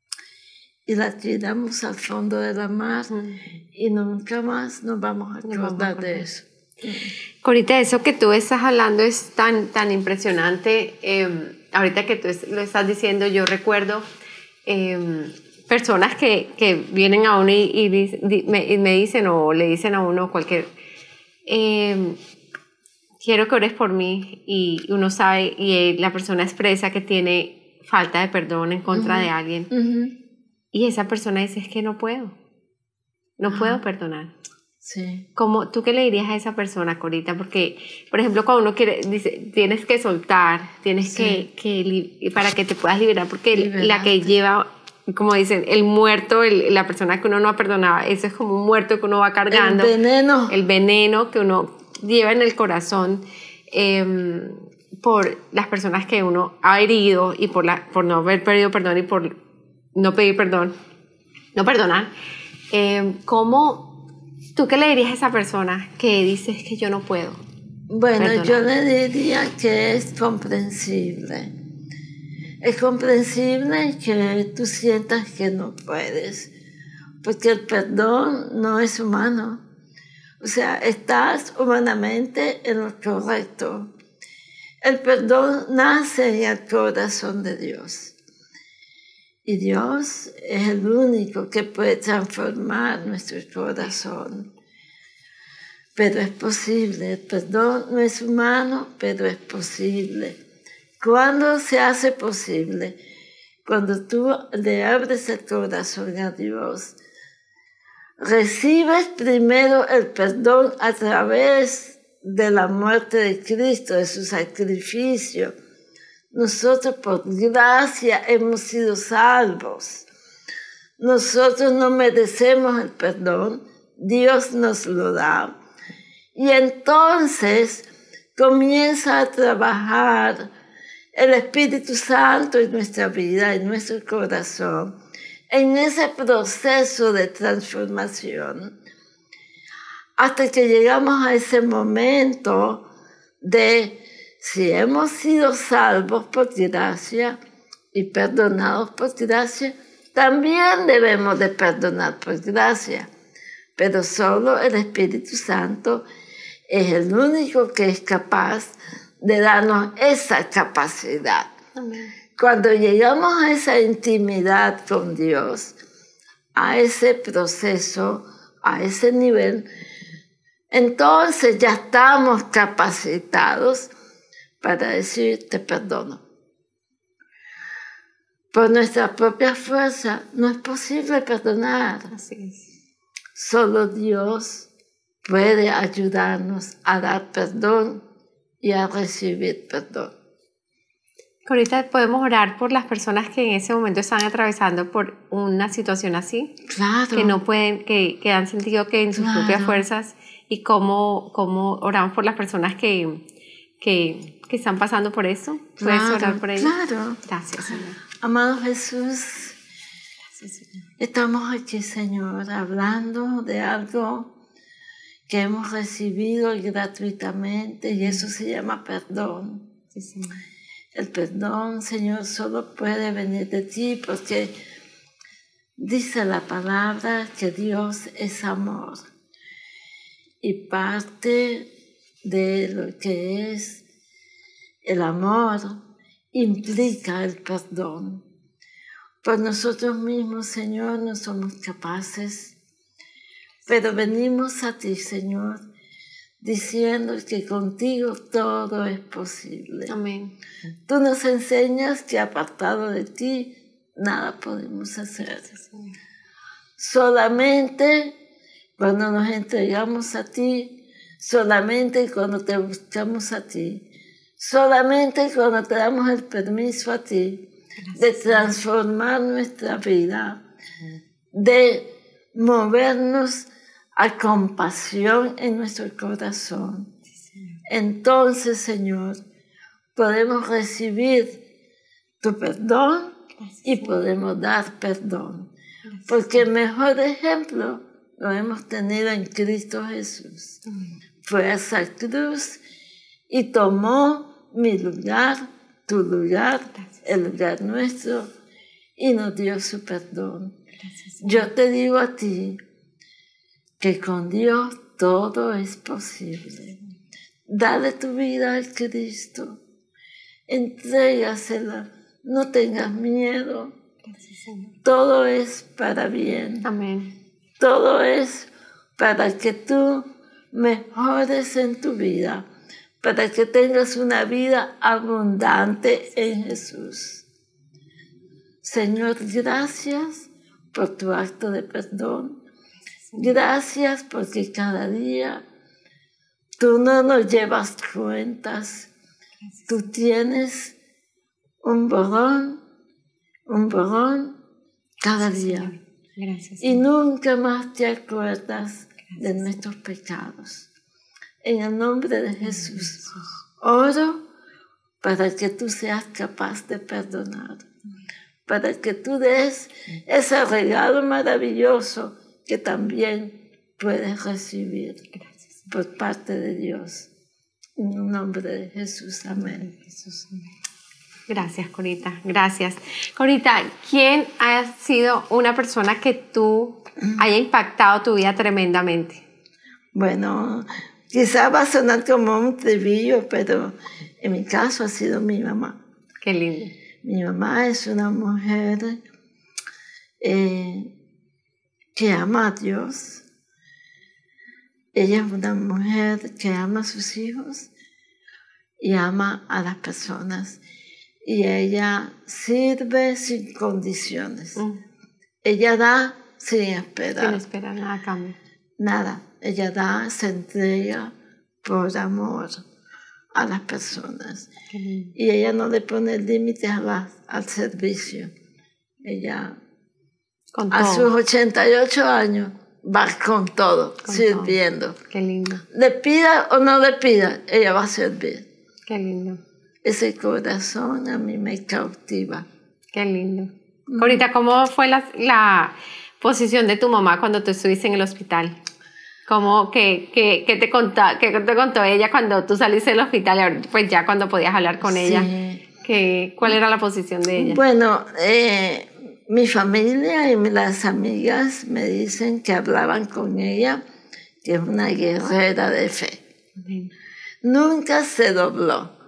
y la tiramos al fondo de la mar mm. y nunca más nos vamos a acordar no de eso. Corita, eso que tú estás hablando es tan, tan impresionante. Eh, ahorita que tú lo estás diciendo, yo recuerdo eh, personas que, que vienen a uno y, y, y, me, y me dicen o le dicen a uno cualquier... Eh, quiero que ores por mí, y uno sabe y la persona expresa que tiene falta de perdón en contra uh-huh. de alguien uh-huh. y esa persona dice, es que no puedo no uh-huh. puedo perdonar Sí. ¿Cómo, ¿Tú qué le dirías a esa persona, Corita? Porque, por ejemplo, cuando uno quiere, dice, tienes que soltar, tienes Sí. que, que, para que te puedas liberar, porque Liberarte. La que lleva, como dicen, el muerto, el, la persona que uno no ha perdonado, eso es como un muerto que uno va cargando. El veneno. El veneno que uno lleva en el corazón eh, por las personas que uno ha herido y por, la, por no haber pedido perdón y por no pedir perdón, no perdonar. Eh, ¿Cómo... ¿Tú qué le dirías a esa persona que dices que yo no puedo? Bueno, perdonar? Yo le diría que es comprensible. Es comprensible que tú sientas que no puedes, porque el perdón no es humano. O sea, estás humanamente en lo correcto. El perdón nace en el corazón de Dios. Y Dios es el único que puede transformar nuestro corazón. Pero es posible, el perdón no es humano, pero es posible. ¿Cuándo se hace posible? Cuando tú le abres el corazón a Dios. Recibes primero el perdón a través de la muerte de Cristo, de su sacrificio. Nosotros por gracia hemos sido salvos. Nosotros no merecemos el perdón, Dios nos lo da. Y entonces comienza a trabajar el Espíritu Santo en nuestra vida, en nuestro corazón, en ese proceso de transformación, hasta que llegamos a ese momento de si hemos sido salvos por gracia y perdonados por gracia, también debemos de perdonar por gracia. Pero solo el Espíritu Santo es el único que es capaz de darnos esa capacidad. Amén. Cuando llegamos a esa intimidad con Dios, a ese proceso, a ese nivel, entonces ya estamos capacitados para decir, te perdono. Por nuestra propia fuerza no es posible perdonar. Así es. Solo Dios puede ayudarnos a dar perdón y a recibir perdón. Ahorita podemos orar por las personas que en ese momento están atravesando por una situación así. Claro. Que no pueden, que, que han sentido que en sus Claro. propias fuerzas, y cómo, cómo oramos por las personas que, que, que están pasando por eso. ¿Puedes Claro, orar por ellos? Claro. Gracias, Señor. Amado Jesús, Gracias, Señor. estamos aquí, Señor, hablando de algo que hemos recibido gratuitamente y eso se llama perdón. Sí, Señor. El perdón, Señor, solo puede venir de ti porque dice la palabra que Dios es amor. Y parte de lo que es el amor implica el perdón. Por nosotros mismos, Señor, no somos capaces, pero venimos a ti, Señor, diciendo que contigo todo es posible. Amén. Tú nos enseñas que apartado de ti nada podemos hacer. Señor. Solamente cuando nos entregamos a ti, solamente cuando te buscamos a ti, solamente cuando te damos el permiso a ti de transformar nuestra vida, de movernos a compasión en nuestro corazón. Entonces, Señor, podemos recibir tu perdón y podemos dar perdón. Porque el mejor ejemplo lo hemos tenido en Cristo Jesús. Fue a esa cruz y tomó mi lugar, tu lugar, el lugar nuestro, y nos dio su perdón. Yo te digo a ti que con Dios todo es posible. Dale tu vida a Cristo, entrégasela, no tengas miedo. Todo es para bien. Amén. Todo es para que tú mejores en tu vida, para que tengas una vida abundante en Jesús. Señor, gracias por tu acto de perdón. Gracias porque cada día tú no nos llevas cuentas. Gracias. Tú tienes un borrón, un borrón cada Gracias, día. Señor. Gracias, y Señor. nunca más te acuerdas Gracias, de nuestros Señor. Pecados. En el nombre de Jesús, Jesús, oro para que tú seas capaz de perdonar, para que tú des ese regalo maravilloso que también puedes recibir Gracias, por parte de Dios. En el nombre de Jesús, amén. Jesús, amén. Gracias, Corita, gracias. Corita, ¿quién ha sido una persona que tú haya impactado tu vida tremendamente? Bueno, quizá va a sonar como un trivillo, pero en mi caso ha sido mi mamá. Qué lindo. Mi mamá es una mujer eh, que ama a Dios. Ella es una mujer que ama a sus hijos y ama a las personas. Y ella sirve sin condiciones. Mm. Ella da sin esperar. Sin esperar nada a cambio. Nada. Ella da, se entrega por amor a las personas. Mm. Y ella no le pone límites al servicio. Ella, con a sus ochenta y ocho años, va con todo, con sirviendo. Todo. Qué lindo. Le pida o no le pida, ella va a servir. Qué lindo. Ese corazón a mí me cautiva. Qué lindo. Mm. Corita, ¿cómo fue la, la posición de tu mamá cuando tú estuviste en el hospital? ¿Cómo, qué, qué, qué, te contó, ¿Qué te contó ella cuando tú saliste del hospital? Pues ya cuando podías hablar con sí. ella. ¿Qué, ¿Cuál era la posición de ella? Bueno, eh, mi familia y las amigas me dicen que hablaban con ella, que es una guerrera de fe. Amén. Nunca se dobló.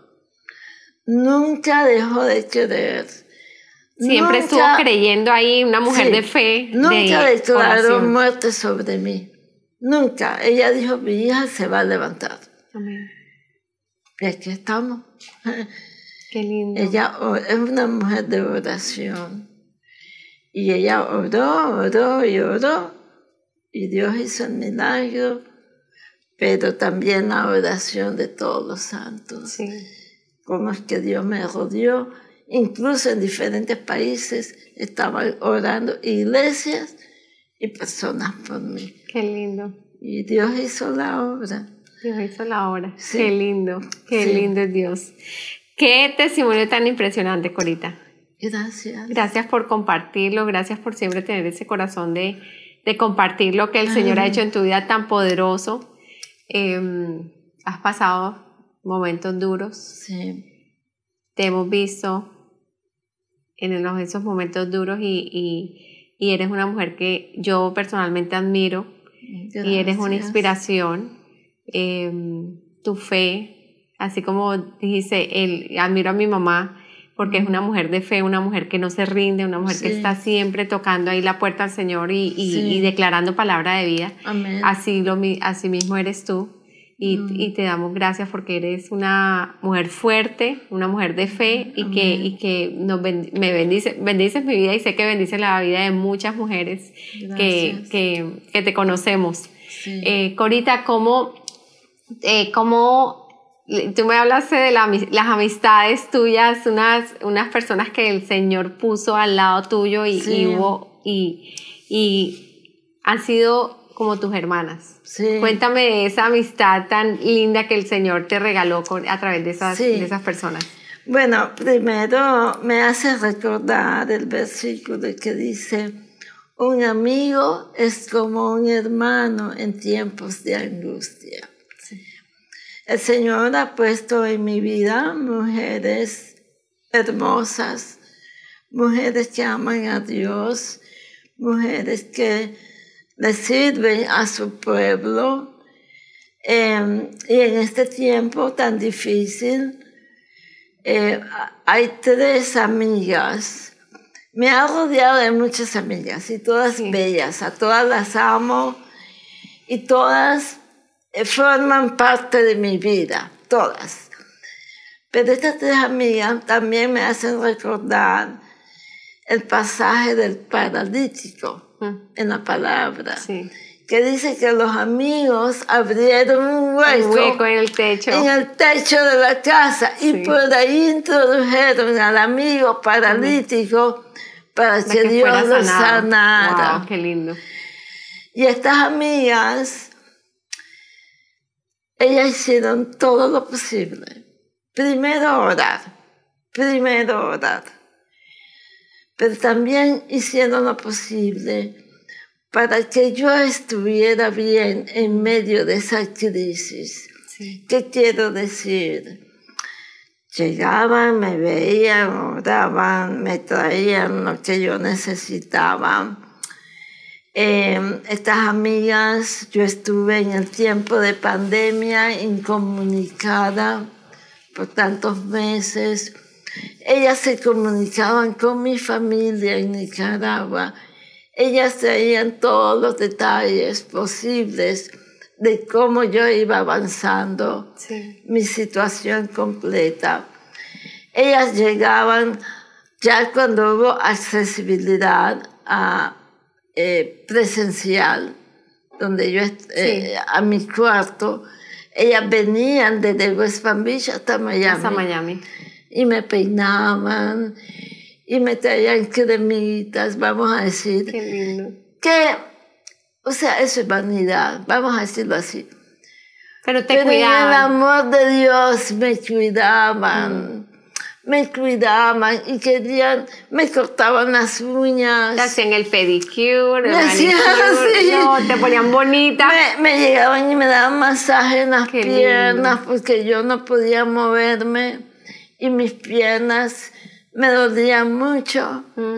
Nunca dejó de creer. Siempre nunca, estuvo creyendo ahí, una mujer sí, de fe. Nunca de declaró muerte sobre mí. Nunca. Ella dijo, mi hija se va a levantar. Amén. Y aquí estamos. Qué lindo. Ella es una mujer de oración. Y ella oró, oró y oró. Y Dios hizo el milagro. Pero también la oración de todos los santos. Sí. Con los que Dios me rodeó, incluso en diferentes países estaban orando iglesias y personas por mí. Qué lindo. Y Dios hizo la obra. Dios hizo la obra. Sí. Qué lindo, qué sí. lindo es Dios. Qué testimonio tan impresionante, Corita. Gracias. Gracias por compartirlo, gracias por siempre tener ese corazón de, de compartir lo que el Señor Ay. ha hecho en tu vida tan poderoso. Eh, has pasado momentos duros. Sí. Te hemos visto en esos momentos duros y, y, y eres una mujer que yo personalmente admiro. Gracias. Y eres una inspiración. Eh, tu fe, así como dijiste, el, admiro a mi mamá porque mm. es una mujer de fe, una mujer que no se rinde, una mujer sí. que está siempre tocando ahí la puerta al Señor y, y, sí. y declarando palabra de vida. Amén. Así, lo, así mismo eres tú. Y, mm. y te damos gracias porque eres una mujer fuerte, una mujer de fe y que, y que nos ben, me bendice, bendices mi vida y sé que bendices la vida de muchas mujeres que, que, que te conocemos. Sí. Eh, Corita, ¿cómo, eh, ¿cómo tú me hablaste de la, las amistades tuyas, unas, unas personas que el Señor puso al lado tuyo y, sí. y, hubo, y, y han sido como tus hermanas? Sí. Cuéntame de esa amistad tan linda que el Señor te regaló con, a través de esas, sí. de esas personas. Bueno, primero me hace recordar el versículo que dice, un amigo es como un hermano en tiempos de angustia. Sí. El Señor ha puesto en mi vida mujeres hermosas, mujeres que aman a Dios, mujeres que le sirven a su pueblo. Eh, y en este tiempo tan difícil, eh, hay tres amigas. Me ha rodeado de muchas amigas y todas sí. bellas, a todas las amo y todas eh, forman parte de mi vida, todas. Pero estas tres amigas también me hacen recordar el pasaje del paralítico en la palabra. Sí. que dice que los amigos abrieron un hueco, un hueco en el techo. En el techo de la casa, sí. Y por ahí introdujeron al amigo paralítico para que, que Dios lo sanara. Wow, qué lindo. Y estas amigas, ellas hicieron todo lo posible. Primero orar, primero orar. Pero también hicieron lo posible para que yo estuviera bien en medio de esa crisis. Sí. ¿Qué quiero decir? Llegaban, me veían, oraban, me traían lo que yo necesitaba. Eh, estas amigas, yo estuve en el tiempo de pandemia incomunicada por tantos meses. Ellas se comunicaban con mi familia en Nicaragua. Ellas traían todos los detalles posibles de cómo yo iba avanzando, sí. Mi situación completa. Ellas llegaban ya cuando hubo accesibilidad a, eh, presencial, donde yo, eh, sí. A mi cuarto. Ellas venían desde West Palm Beach hasta Miami. Hasta Miami. Y me peinaban y me traían cremitas, vamos a decir. Qué lindo. Que, o sea, eso es vanidad, vamos a decirlo así. Pero te Pero cuidaban. en el amor de Dios me cuidaban, mm. me cuidaban y querían, me cortaban las uñas. Te hacían el pedicure, me el hacían así. No, te ponían bonita. Me, me llegaban y me daban masaje en las Qué piernas lindo. Porque yo no podía moverme. Y mis piernas me dolían mucho. Mm.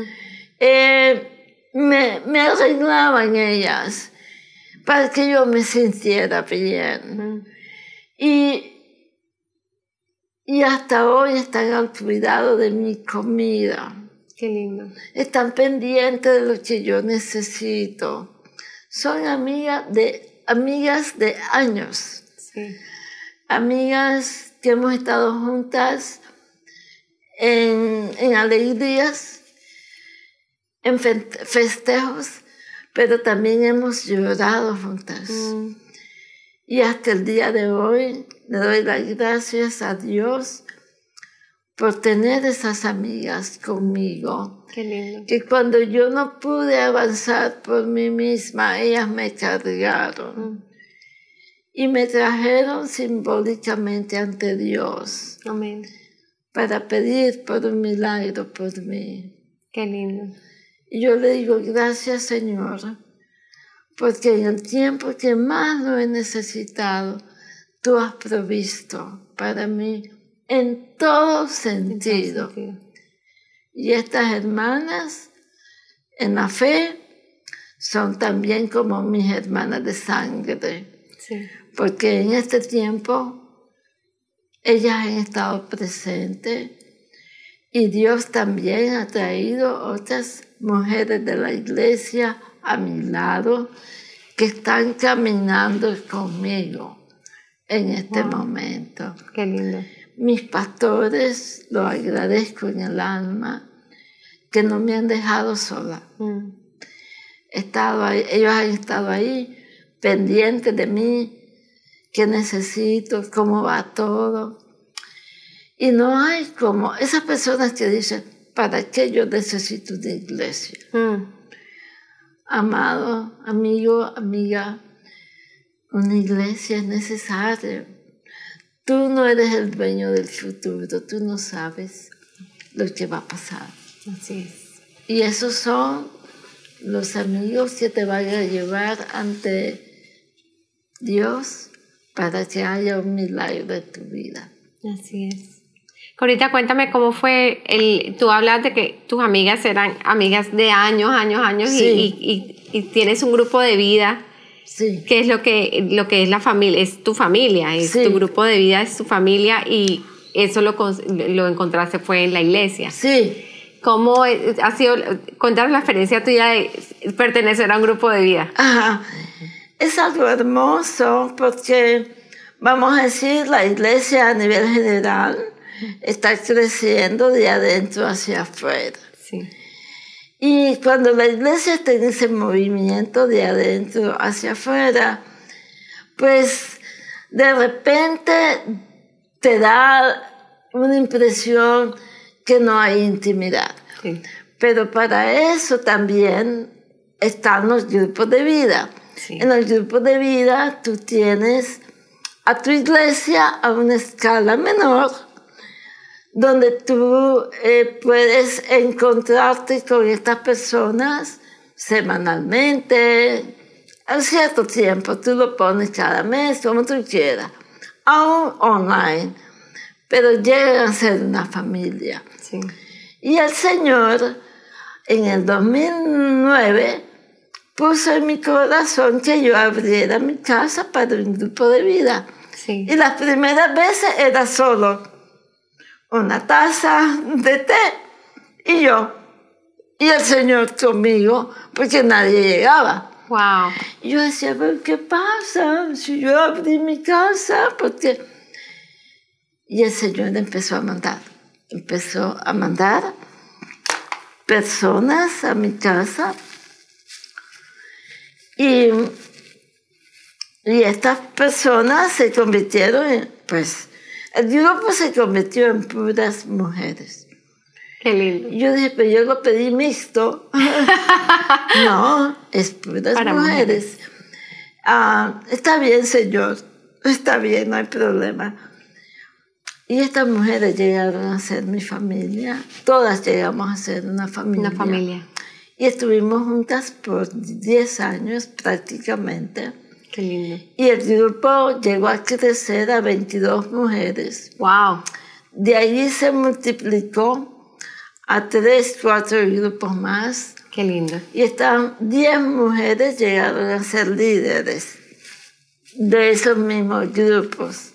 Eh, me, me arreglaban ellas para que yo me sintiera bien. Mm. Y, y hasta hoy están al cuidado de mi comida. Qué lindo. Están pendientes de lo que yo necesito. Son amigas de, amigas de años. Sí. Amigas que hemos estado juntas En, en alegrías, en festejos, pero también hemos llorado juntas. Mm. Y hasta el día de hoy le doy las gracias a Dios por tener esas amigas conmigo. Qué lindo. Que cuando yo no pude avanzar por mí misma, ellas me cargaron. Mm. Y me trajeron simbólicamente ante Dios. Amén. Para pedir por un milagro por mí. Qué lindo. Y yo le digo, gracias, Señor, porque en el tiempo que más lo he necesitado, tú has provisto para mí en todo sentido. En todo sentido. Y estas hermanas, en la fe, son también como mis hermanas de sangre. Sí. Porque en este tiempo ellas han estado presentes y Dios también ha traído otras mujeres de la iglesia a mi lado que están caminando conmigo en este wow. momento. Qué lindo. Mis pastores, los agradezco en el alma, que no me han dejado sola. Mm. He estado ahí, ellos han estado ahí pendientes de mí, qué necesito, cómo va todo. Y no hay como esas personas que dicen, ¿para qué yo necesito una iglesia? Mm. Amado, amigo, amiga, una iglesia es necesaria. Tú no eres el dueño del futuro, tú no sabes lo que va a pasar. Así es. Y esos son los amigos que te van a llevar ante Dios para que haya un milagro en tu vida. Así es. Corita, cuéntame cómo fue, el, tú hablas de que tus amigas eran amigas de años, años, años, sí. y, y, y tienes un grupo de vida. Sí. ¿Qué es lo que, lo que es la familia? Es tu familia, es sí. tu grupo de vida, es tu familia, y eso lo, lo encontraste fue en la iglesia. Sí. ¿Cómo ha sido, contanos la experiencia tuya de pertenecer a un grupo de vida? Ajá. Es algo hermoso porque, vamos a decir, la iglesia a nivel general está creciendo de adentro hacia afuera. Sí. Y cuando la iglesia está en ese movimiento de adentro hacia afuera, pues de repente te da una impresión que no hay intimidad. Sí. Pero para eso también están los grupos de vida. Sí. En el grupo de vida tú tienes a tu iglesia a una escala menor, donde tú eh, puedes encontrarte con estas personas semanalmente, a cierto tiempo, tú lo pones cada mes, como tú quieras, aún online, pero llegan a ser una familia. Sí. Y el Señor, en el dos mil nueve, puso en mi corazón que yo abriera mi casa para un grupo de vida. Sí. Y las primeras veces era solo una taza de té y yo, y el Señor conmigo, porque nadie llegaba. Wow. Y yo decía, pero ¿qué pasa si yo abrí mi casa? Porque... Y el Señor empezó a mandar, empezó a mandar personas a mi casa, y, y estas personas se convirtieron en, pues, el grupo se convirtió en puras mujeres. Qué lindo. Yo dije, pero yo lo pedí mixto. No, es puras Para mujeres. mujeres. Ah, está bien, Señor, está bien, no hay problema. Y estas mujeres llegaron a ser mi familia. Todas llegamos a ser una familia. Una familia. Y estuvimos juntas por diez años prácticamente. Qué lindo. Y el grupo llegó a crecer a veintidós mujeres. ¡Wow! De ahí se multiplicó a tres, cuatro grupos más. ¡Qué lindo! Y están diez mujeres llegaron a ser líderes de esos mismos grupos.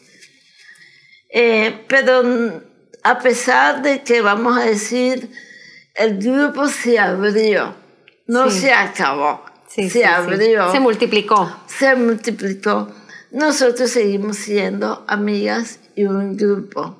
Eh, pero a pesar de que, vamos a decir, el grupo se abrió, no sí. se acabó. Sí, se sí, abrió. Sí. Se multiplicó. Se multiplicó. Nosotros seguimos siendo amigas y un grupo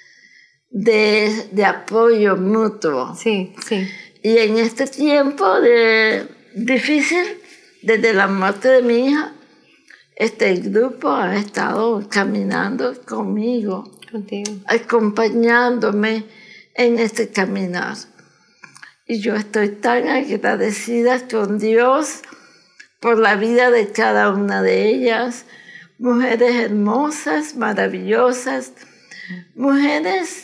de, de apoyo mutuo. Sí, sí. Y en este tiempo de, difícil, desde la muerte de mi hija, este grupo ha estado caminando conmigo, Contigo. acompañándome en este caminar. Y yo estoy tan agradecida con Dios por la vida de cada una de ellas. Mujeres hermosas, maravillosas, mujeres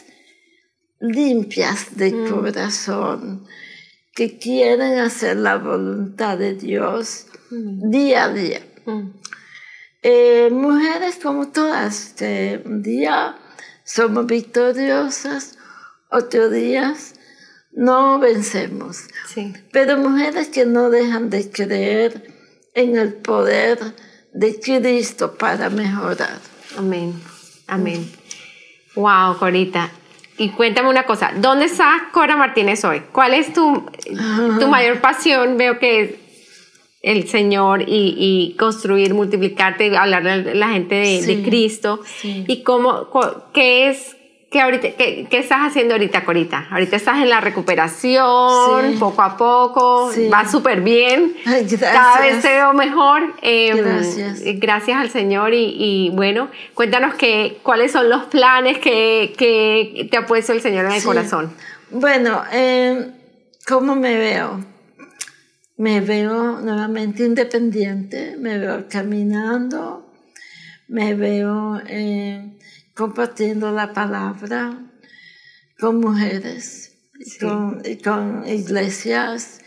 limpias de mm. corazón, que quieren hacer la voluntad de Dios mm. día a día. Mm. Eh, mujeres como todas, que un día somos victoriosas, otros días no vencemos. Sí. Pero mujeres que no dejan de creer en el poder de Cristo para mejorar. Amén, amén. Mm. Wow, Corita. Y cuéntame una cosa, ¿dónde está Cora Martínez hoy? ¿Cuál es tu, tu mayor pasión? Veo que es el Señor y, y construir, multiplicarte, hablar a la gente de, sí, de Cristo. Sí. ¿Y cómo, qué es, qué, ahorita, qué, qué estás haciendo ahorita, Corita? Ahorita estás en la recuperación, sí, poco a poco, sí, va súper bien. Ay, cada vez te veo mejor. Eh, gracias. Gracias al Señor y, y bueno, cuéntanos que, cuáles son los planes que, que te ha puesto el Señor en el sí. corazón. Bueno, eh, ¿cómo me veo? Me veo nuevamente independiente, me veo caminando, me veo eh, compartiendo la palabra con mujeres, sí, con, con iglesias.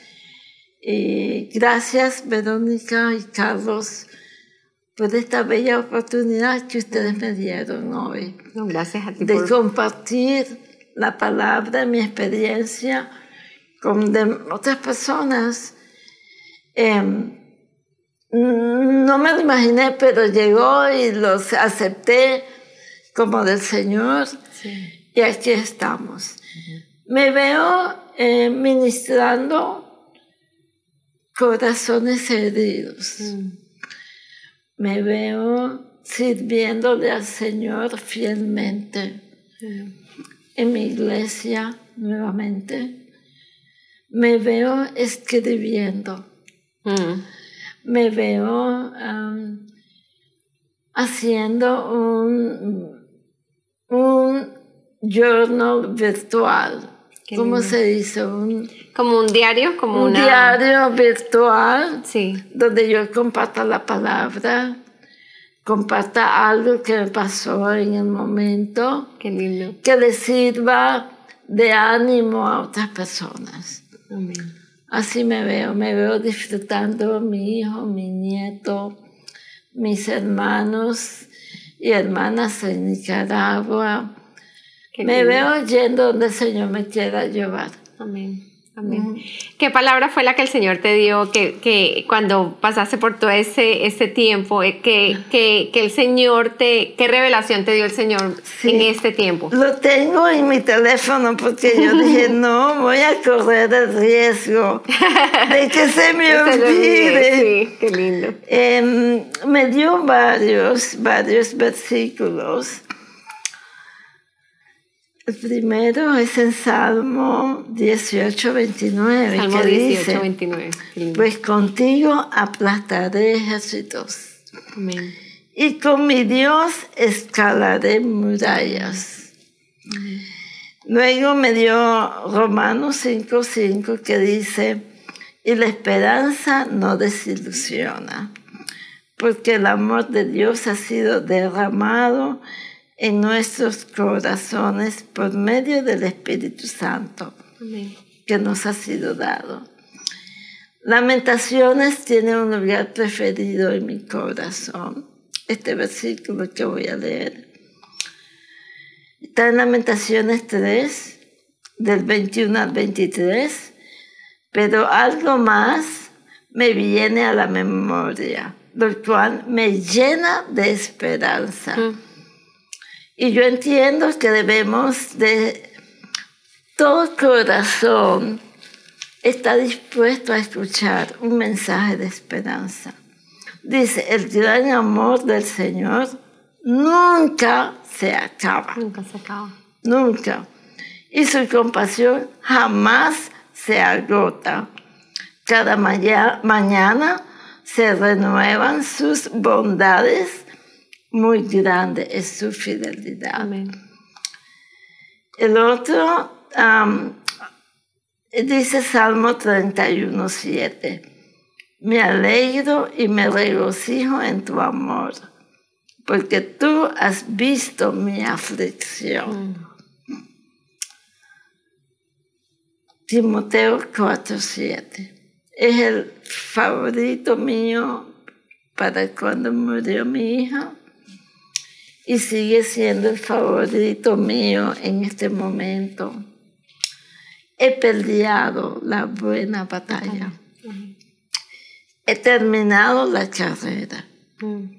Y gracias, Verónica y Carlos, por esta bella oportunidad que ustedes me dieron hoy. No, gracias a ti de por... compartir la palabra, mi experiencia con de otras personas. Eh, no me lo imaginé, pero llegó y los acepté como del Señor, sí, y aquí estamos. Uh-huh. Me veo eh, ministrando corazones heridos. Uh-huh. Me veo sirviéndole al Señor fielmente uh-huh. en mi iglesia nuevamente. me veo escribiendo. Mm. Me veo um, haciendo un, un journal virtual. ¿Cómo se dice? Un, como un diario, como un una... diario virtual, sí, donde yo comparta la palabra, comparta algo que me pasó en el momento. Qué lindo. Que le sirva de ánimo a otras personas. Amén. Así me veo, me veo disfrutando a mi hijo, mi nieto, mis hermanos y hermanas en Nicaragua. Qué me lindo. veo yendo donde el Señor me quiera llevar. Amén. Amén. Mm. ¿Qué palabra fue la que el Señor te dio que, que cuando pasaste por todo ese, ese tiempo, eh, que, que, que el Señor te, qué revelación te dio el Señor Sí. en este tiempo? Lo tengo en mi teléfono porque yo dije, no, voy a correr el riesgo de que se me Que se le olvide. Sí, qué lindo. Eh, me dio varios, varios versículos. El primero es en Salmo dieciocho, veintinueve, Salmo que dieciocho, dice, veintinueve. Qué lindo. pues contigo aplastaré ejércitos Amén. y con mi Dios escalaré murallas. Amén. Luego me dio Romanos cinco, cinco, que dice, y la esperanza no desilusiona, porque el amor de Dios ha sido derramado en nuestros corazones por medio del Espíritu Santo. Amén. Que nos ha sido dado. Lamentaciones tiene un lugar preferido en mi corazón. Este versículo que voy a leer está en Lamentaciones tres, del veintiuno al veintitrés, pero algo más me viene a la memoria, lo cual me llena de esperanza. Mm. Y yo entiendo que debemos de todo corazón está dispuesto a escuchar un mensaje de esperanza. Dice, el gran amor del Señor nunca se acaba. Nunca se acaba. Nunca. Y su compasión jamás se agota. Cada mañana, mañana se renuevan sus bondades. Muy grande es su fidelidad. Amén. El otro um, dice Salmo treinta y uno, siete. Me alegro y me regocijo en tu amor, porque tú has visto mi aflicción. Mm. Timoteo cuatro, siete. Es el favorito mío para cuando murió mi hija. Y sigue siendo el favorito mío en este momento. He peleado la buena batalla. Uh-huh. He terminado la carrera. Uh-huh.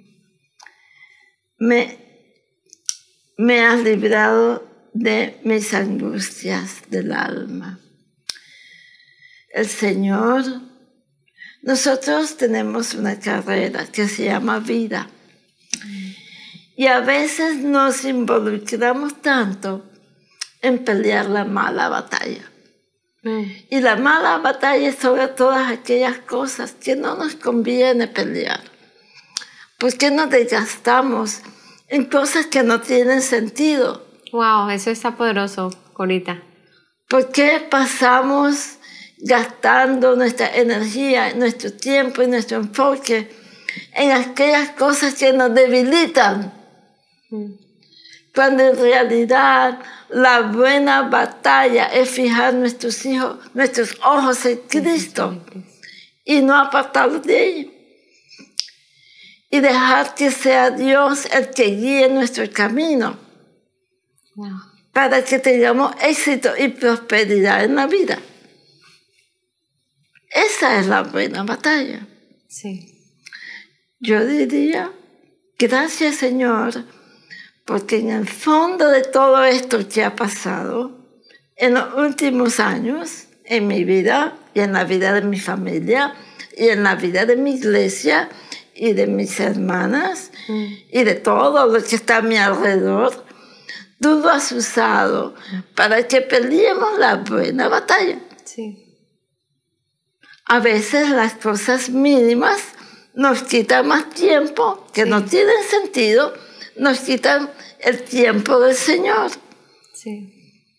Me, me has librado de mis angustias del alma. El Señor, nosotros tenemos una carrera que se llama vida. Y a veces nos involucramos tanto en pelear la mala batalla. Mm. Y la mala batalla es sobre todas aquellas cosas que no nos conviene pelear. ¿Por qué nos desgastamos en cosas que no tienen sentido? Wow, eso está poderoso, Corita. ¿Por qué pasamos gastando nuestra energía, nuestro tiempo y nuestro enfoque en aquellas cosas que nos debilitan? Cuando en realidad la buena batalla es fijar nuestros hijos, nuestros ojos en Cristo y no apartarlos de ellos. Y dejar que sea Dios el que guíe nuestro camino. Wow. Para que tengamos éxito y prosperidad en la vida. Esa es la buena batalla. Sí. Yo diría, gracias Señor, porque en el fondo de todo esto que ha pasado, en los últimos años, en mi vida y en la vida de mi familia y en la vida de mi iglesia y de mis hermanas mm. y de todo lo que está a mi alrededor, tú lo has usado para que peleemos la buena batalla. Sí. a veces las cosas mínimas nos quitan más tiempo, que sí. no tienen sentido, nos quitan el tiempo del Señor. Sí.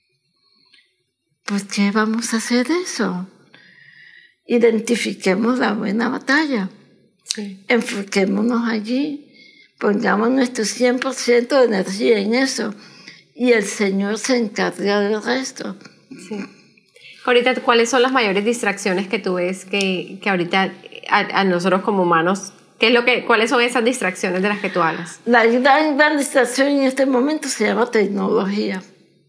¿Por qué vamos a hacer eso? Identifiquemos la buena batalla. Sí. Enfoquémonos allí. Pongamos nuestro cien por ciento de energía en eso. Y el Señor se encarga del resto. Sí. Ahorita, ¿cuáles son las mayores distracciones que tú ves que, que ahorita a, a nosotros como humanos, qué es lo que, cuáles son esas distracciones de las que tú hablas? La gran, gran distracción en este momento se llama tecnología.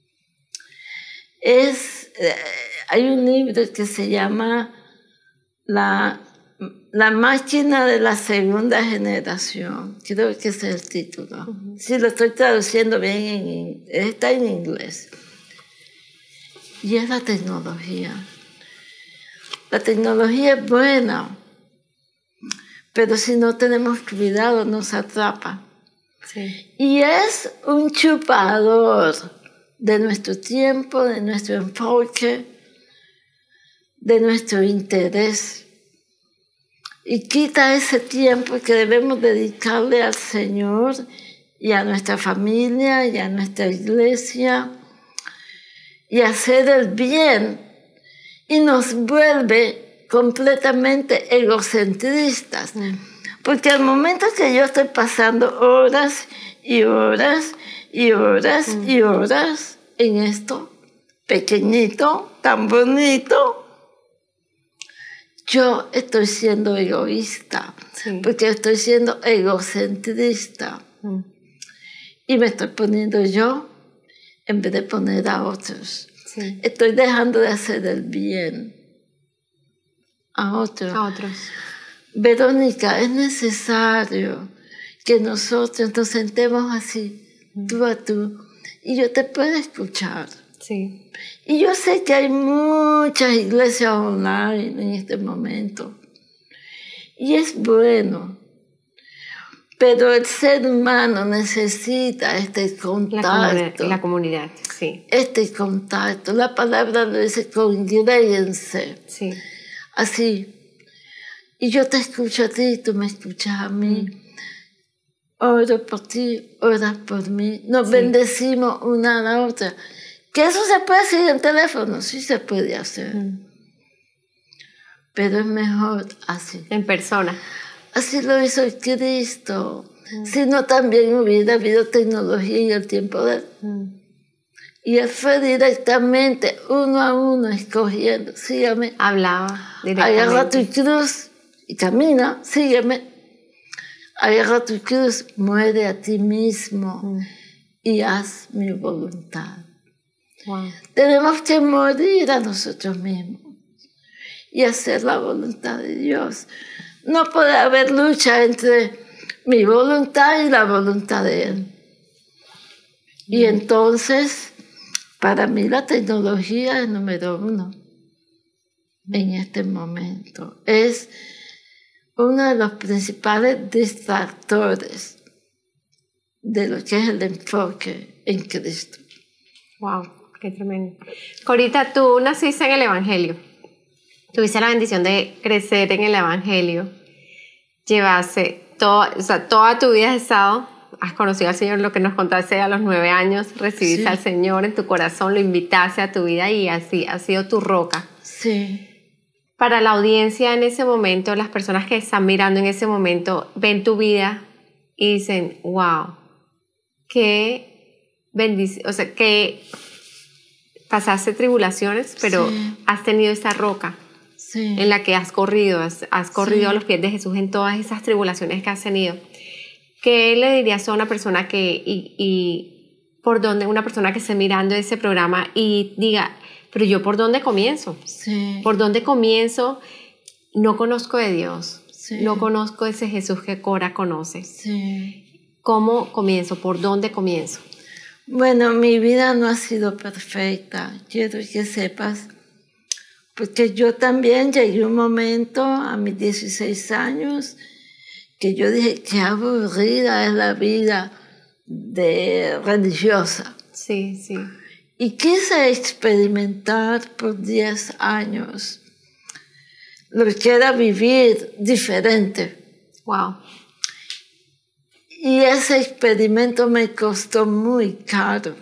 Es, eh, hay un libro que se llama La, la máquina de la segunda generación. Creo que ese es el título. Uh-huh. Sí, lo estoy traduciendo bien, en, está en inglés. Y es la tecnología. La tecnología es buena, pero si no tenemos cuidado nos atrapa. Sí. Y es un chupador de nuestro tiempo, de nuestro enfoque, de nuestro interés. Y quita ese tiempo que debemos dedicarle al Señor y a nuestra familia y a nuestra iglesia y hacer el bien, y nos vuelve completamente egocentristas. Mm. Porque al momento que yo estoy pasando horas y horas y horas mm. y horas en esto, pequeñito, tan bonito, yo estoy siendo egoísta, sí. porque estoy siendo egocentrista. Mm. Y me estoy poniendo yo en vez de poner a otros. Sí. Estoy dejando de hacer el bien a otros. A otros. Verónica, es necesario que nosotros nos sentemos así, mm. tú a tú, y yo te puedo escuchar. Sí. Y yo sé que hay muchas iglesias online en este momento. Y es bueno. Pero el ser humano necesita este contacto. La, la comunidad, sí. Este contacto. La palabra lo dice, congréguense. Sí. Así. Y yo te escucho a ti y tú me escuchas a mí. Mm. Oro por ti, oras por mí. Nos sí. bendecimos una a la otra. ¿Que eso se puede hacer en teléfono? Sí se puede hacer. Mm. Pero es mejor así. En persona. Así lo hizo Cristo. Mm. Si no, también hubiera habido tecnología en el tiempo de él. Mm. Y él fue directamente, uno a uno, escogiendo. Sígueme. Hablaba directamente. Agarra tu cruz y camina. Sígueme. Agarra tu cruz, muere a ti mismo mm. y haz mi voluntad. Wow. Tenemos que morir a nosotros mismos y hacer la voluntad de Dios. No puede haber lucha entre mi voluntad y la voluntad de Él. Mm. Y entonces, para mí la tecnología es número uno en este momento. Es uno de los principales distractores de lo que es el enfoque en Cristo. Wow, qué tremendo. Corita, tú naciste en el Evangelio. Tuviste la bendición de crecer en el Evangelio. Llevaste todo, o sea, toda tu vida has estado, has conocido al Señor, lo que nos contaste a los nueve años, recibiste sí. al Señor en tu corazón, lo invitaste a tu vida y así ha sido tu roca. Sí. Para la audiencia en ese momento, las personas que están mirando en ese momento, ven tu vida y dicen, wow, qué bendición, o sea, que pasaste tribulaciones, pero sí. has tenido esta roca. Sí. En la que has corrido, has, has corrido sí. a los pies de Jesús en todas esas tribulaciones que has tenido. ¿Qué le dirías a una persona que, y, y por dónde, una persona que esté mirando ese programa y diga, pero yo por dónde comienzo? Sí. ¿Por dónde comienzo? No conozco de Dios, sí. no conozco ese Jesús que Cora conoce. Sí. ¿Cómo comienzo? ¿Por dónde comienzo? Bueno, mi vida no ha sido perfecta, quiero que sepas. Porque yo también llegué a un momento, a mis dieciséis años, que yo dije, qué aburrida es la vida de religiosa. Sí, sí. Y quise experimentar por diez años lo que era vivir diferente. Wow. Y ese experimento me costó muy caro.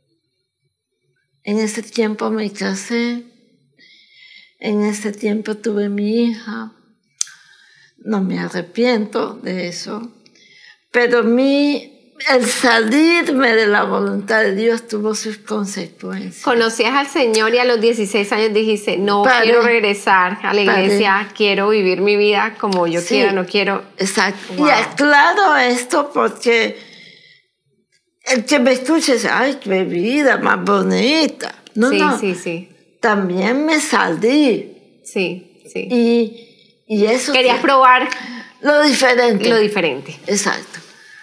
En ese tiempo me casé, en ese tiempo tuve mi hija. No me arrepiento de eso, pero mi, el salirme de la voluntad de Dios tuvo sus consecuencias. Conocías al Señor y a los dieciséis años dijiste, no Paré, quiero regresar a la iglesia, paré. quiero vivir mi vida como yo Sí, quiera, no quiero... Exacto. Wow. Y aclaro esto porque el que me escuche dice, ay, qué vida más bonita. No, sí, no. sí, sí. También me salí. Sí, sí. Y, y eso... Querías que, probar lo diferente. lo diferente. Exacto.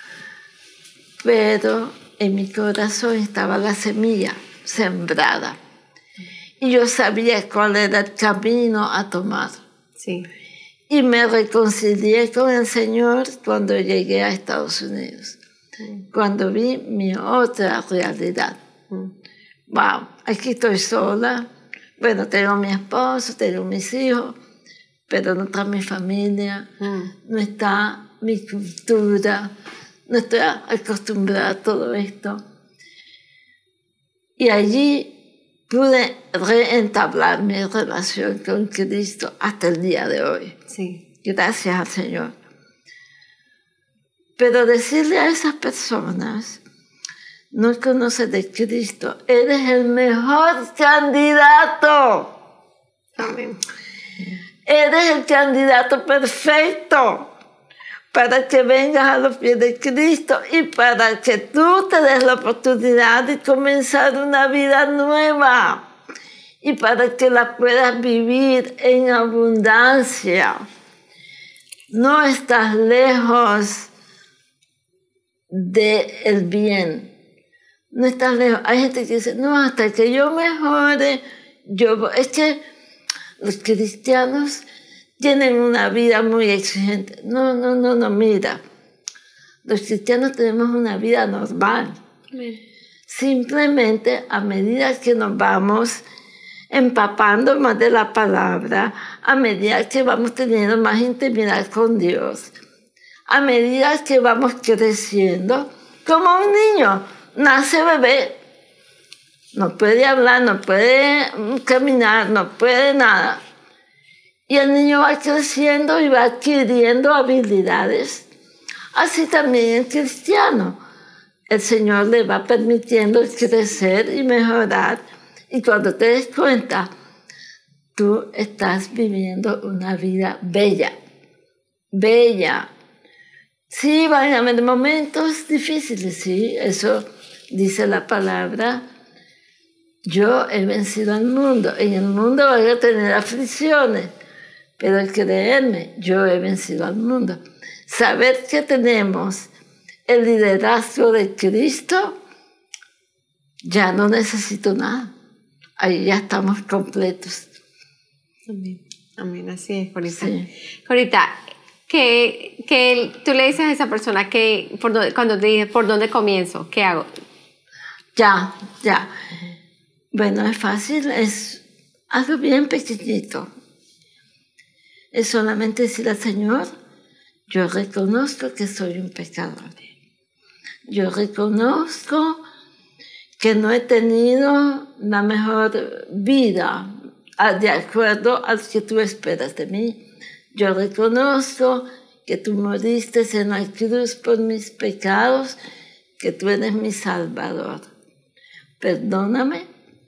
Pero en mi corazón estaba la semilla sembrada. Y yo sabía cuál era el camino a tomar. Sí. Y me reconcilié con el Señor cuando llegué a Estados Unidos. Mm. Cuando vi mi otra realidad. Mm. Wow, aquí estoy sola. Bueno, tengo mi esposo, tengo mis hijos, pero no está mi familia, mm. no está mi cultura, no estoy acostumbrada a todo esto. Y allí pude reentablar mi relación con Cristo hasta el día de hoy. Sí. Gracias al Señor. Pero decirle a esas personas, no conoces de Cristo, eres el mejor candidato. Amén. Eres el candidato perfecto para que vengas a los pies de Cristo y para que tú te des la oportunidad de comenzar una vida nueva y para que la puedas vivir en abundancia. No estás lejos del bien. No estás lejos. Hay gente que dice, no, hasta que yo mejore, yo... Es que los cristianos tienen una vida muy exigente. No, no, no, no, mira. Los cristianos tenemos una vida normal. Bien. Simplemente a medida que nos vamos empapando más de la palabra, a medida que vamos teniendo más intimidad con Dios, a medida que vamos creciendo, como un niño, nace bebé, no puede hablar, no puede caminar, no puede nada. Y el niño va creciendo y va adquiriendo habilidades. Así también el cristiano. El Señor le va permitiendo crecer y mejorar. Y cuando te des cuenta, tú estás viviendo una vida bella. Bella. Sí, van a haber momentos difíciles, sí, eso dice la palabra. Yo he vencido al mundo. En el mundo van a tener aflicciones, pero el creerme, yo he vencido al mundo. Saber que tenemos el liderazgo de Cristo, ya no necesito nada. Ahí ya estamos completos. Amén. Amén, así es, Corita. Sí. Corita, que, que tú le dices a esa persona que por dónde, cuando te dice por dónde comienzo, ¿qué hago? Ya, ya. Bueno, es fácil, es algo bien pequeñito. Es solamente decir al Señor, yo reconozco que soy un pecador. Yo reconozco que no he tenido la mejor vida de acuerdo a lo que tú esperas de mí. Yo reconozco que tú moriste en la cruz por mis pecados, que tú eres mi Salvador. Perdóname,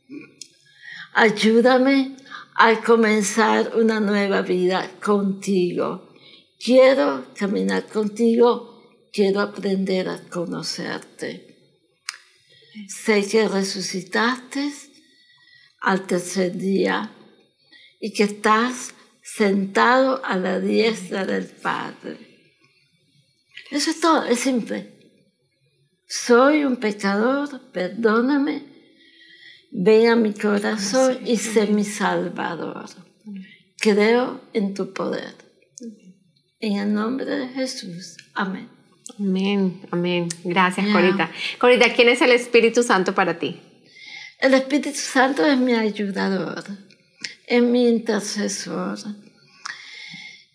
ayúdame a comenzar una nueva vida contigo. Quiero caminar contigo, quiero aprender a conocerte. Sé que resucitaste al tercer día y que estás sentado a la diestra del Padre. Eso es todo, es simple. Soy un pecador, perdóname, ven a mi corazón y sé mi Salvador. Creo en tu poder. En el nombre de Jesús. Amén. Amén, amén. Gracias, Yeah. Corita. Corita, ¿quién es el Espíritu Santo para ti? El Espíritu Santo es mi ayudador, es mi intercesor,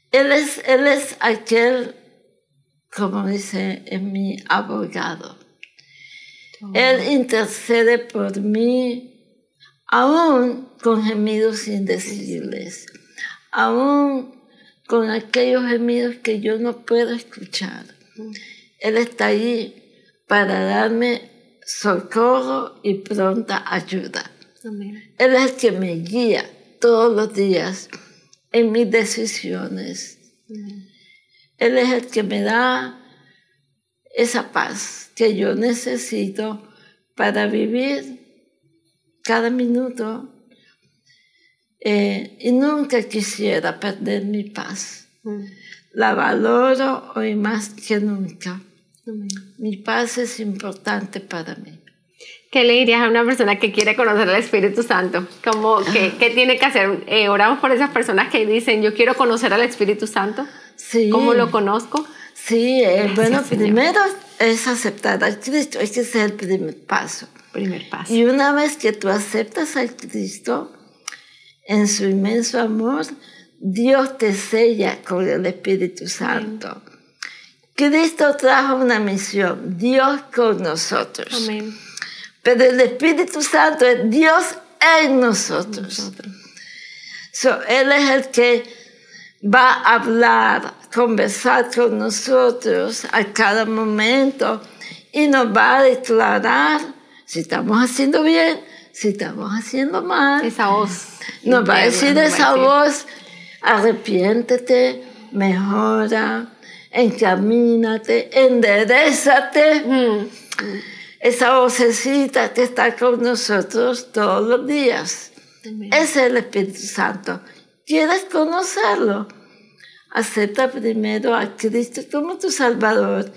Él es, él es aquel, como dice, es mi abogado. Oh. Él intercede por mí, aún con gemidos indecibles, sí. Aún con aquellos gemidos que yo no puedo escuchar. Mm. Él está ahí para darme socorro y pronta ayuda. Amén. Él es el que me guía todos los días en mis decisiones. Amén. Él es el que me da esa paz que yo necesito para vivir cada minuto. Eh, y nunca quisiera perder mi paz. Mm. La valoro hoy más que nunca. Mm. Mi paz es importante para mí. ¿Qué le dirías a una persona que quiere conocer al Espíritu Santo? ¿Cómo, ah. qué, ¿Qué tiene que hacer? Eh, oramos por esas personas que dicen, yo quiero conocer al Espíritu Santo. Sí. ¿Cómo lo conozco? Sí, eh, Gracias, bueno, Señor. Primero es aceptar a Cristo. Ese es el primer paso. Primer paso. Y una vez que tú aceptas a Cristo, en su inmenso amor, Dios te sella con el Espíritu Santo. Amén. Cristo trajo una misión, Dios con nosotros. Amén. Pero el Espíritu Santo es Dios en nosotros. nosotros. So, Él es el que va a hablar, conversar con nosotros a cada momento y nos va a declarar si estamos haciendo bien, si estamos haciendo mal. Esa voz. Nos va a decir esa voz, arrepiéntete, mejora, encamínate, enderézate. Mm. Esa vocecita que está con nosotros todos los días. Amén. Ese es el Espíritu Santo. ¿Quieres conocerlo? Acepta primero a Cristo como tu Salvador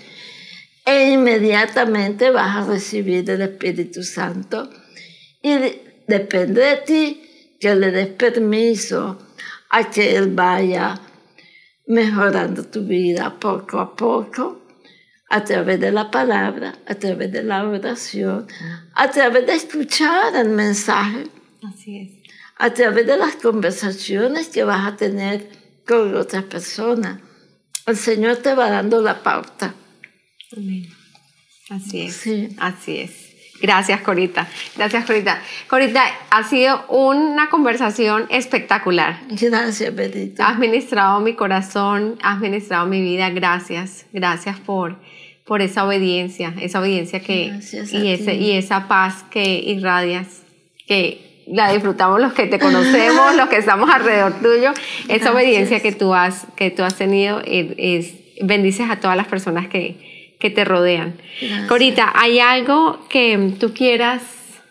e inmediatamente vas a recibir el Espíritu Santo. Y depende de ti que le des permiso a que Él vaya mejorando tu vida poco a poco, a través de la palabra, a través de la oración, a través de escuchar el mensaje. Así es. A través de las conversaciones que vas a tener con otras personas. El Señor te va dando la pauta. Amén. Así es. Sí. Así es. Gracias, Corita. Gracias, Corita. Corita, ha sido una conversación espectacular. Gracias, Benito. Has ministrado mi corazón, has ministrado mi vida. Gracias. Gracias por, por esa obediencia, esa obediencia que y, ese, y esa paz que irradias, que la disfrutamos los que te conocemos, los que estamos alrededor tuyo. Esa Gracias. Obediencia que tú has, que tú has tenido es, es bendices a todas las personas que que te rodean. Gracias. Corita, ¿hay algo que tú quieras,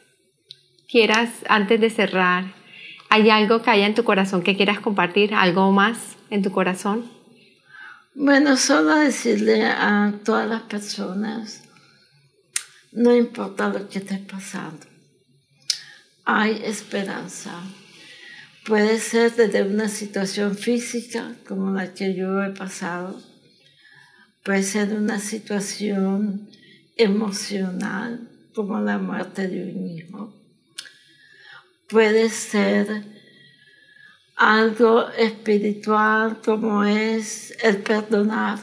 quieras antes de cerrar? ¿Hay algo que haya en tu corazón que quieras compartir? ¿Algo más en tu corazón? Bueno, solo decirle a todas las personas, no importa lo que estés pasando, hay esperanza. Puede ser desde una situación física, como la que yo he pasado, puede ser una situación emocional, como la muerte de un hijo. Puede ser algo espiritual, como es el perdonar.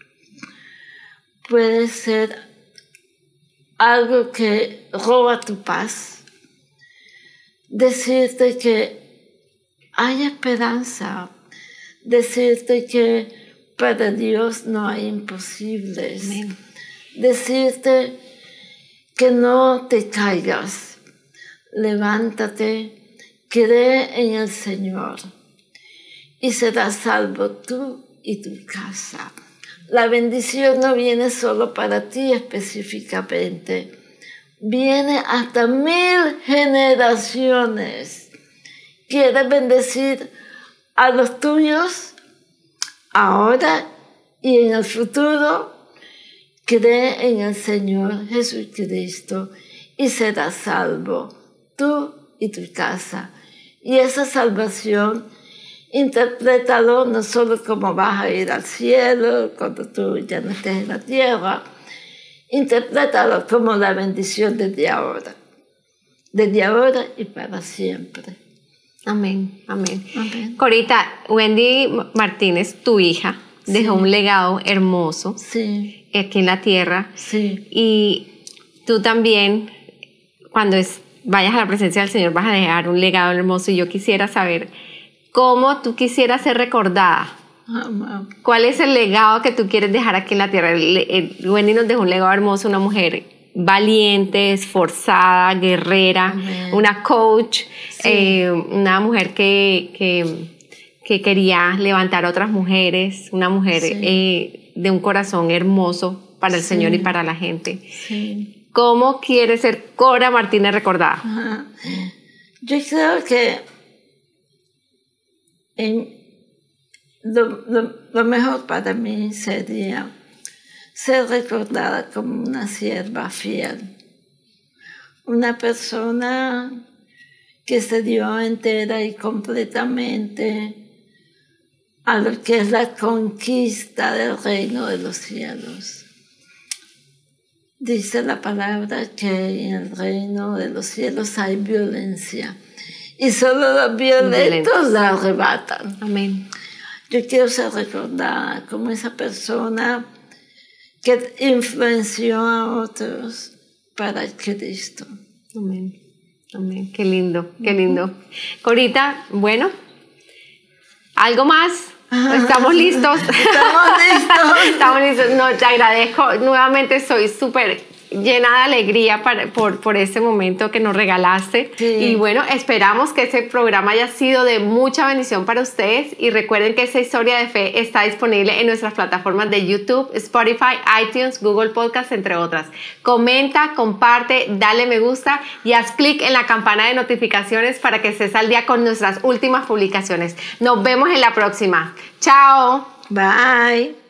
Puede ser algo que roba tu paz. Decirte que hay esperanza. Decirte que para Dios no hay imposibles. Amén. Decirte que no te caigas. Levántate, cree en el Señor y serás salvo tú y tu casa. La bendición no viene solo para ti específicamente. Viene hasta mil generaciones. ¿Quieres bendecir a los tuyos? Ahora y en el futuro, cree en el Señor Jesucristo y serás salvo, tú y tu casa. Y esa salvación, interprétalo no solo como vas a ir al cielo, cuando tú ya no estés en la tierra, interprétalo como la bendición desde ahora, desde ahora y para siempre. Amén, amén. Amén. Corita, Wendy Martínez, tu hija, dejó Sí. un legado hermoso Sí, aquí en la tierra. sí, Y tú también, cuando es, vayas a la presencia del Señor, vas a dejar un legado hermoso. Y yo quisiera saber cómo tú quisieras ser recordada. amén. ¿Cuál es el legado que tú quieres dejar aquí en la tierra? El- el- Wendy nos dejó un legado hermoso, una mujer valiente, esforzada, guerrera, Amén. una coach, Sí. eh, una mujer que, que, que quería levantar a otras mujeres, una mujer Sí. eh, de un corazón hermoso para el Sí. Señor y para la gente. Sí. ¿Cómo quiere ser Cora Martínez recordada? Ajá. Yo creo que en- lo, lo- lo mejor para mí sería ser recordada como una sierva fiel, una persona que se dio entera y completamente a lo que es la conquista del reino de los cielos. Dice la palabra que en el reino de los cielos hay violencia y solo los violentos Violentos. la arrebatan. Amén. Yo quiero ser recordada como esa persona que influenció a otros para Cristo. Amén. Amén. Qué lindo, qué lindo. Corita, bueno, ¿algo más? ¿Estamos listos? Estamos listos. Estamos listos. No, te agradezco. Nuevamente soy súper llena de alegría para- por, por ese momento que nos regalaste. Sí. Y bueno, esperamos que ese programa haya sido de mucha bendición para ustedes. Y recuerden que esa historia de fe está disponible en nuestras plataformas de YouTube, Spotify, iTunes, Google Podcast, entre otras. Comenta, comparte, dale me gusta y haz clic en la campana de notificaciones para que estés al día con nuestras últimas publicaciones. Nos vemos en la próxima. Chao. Bye.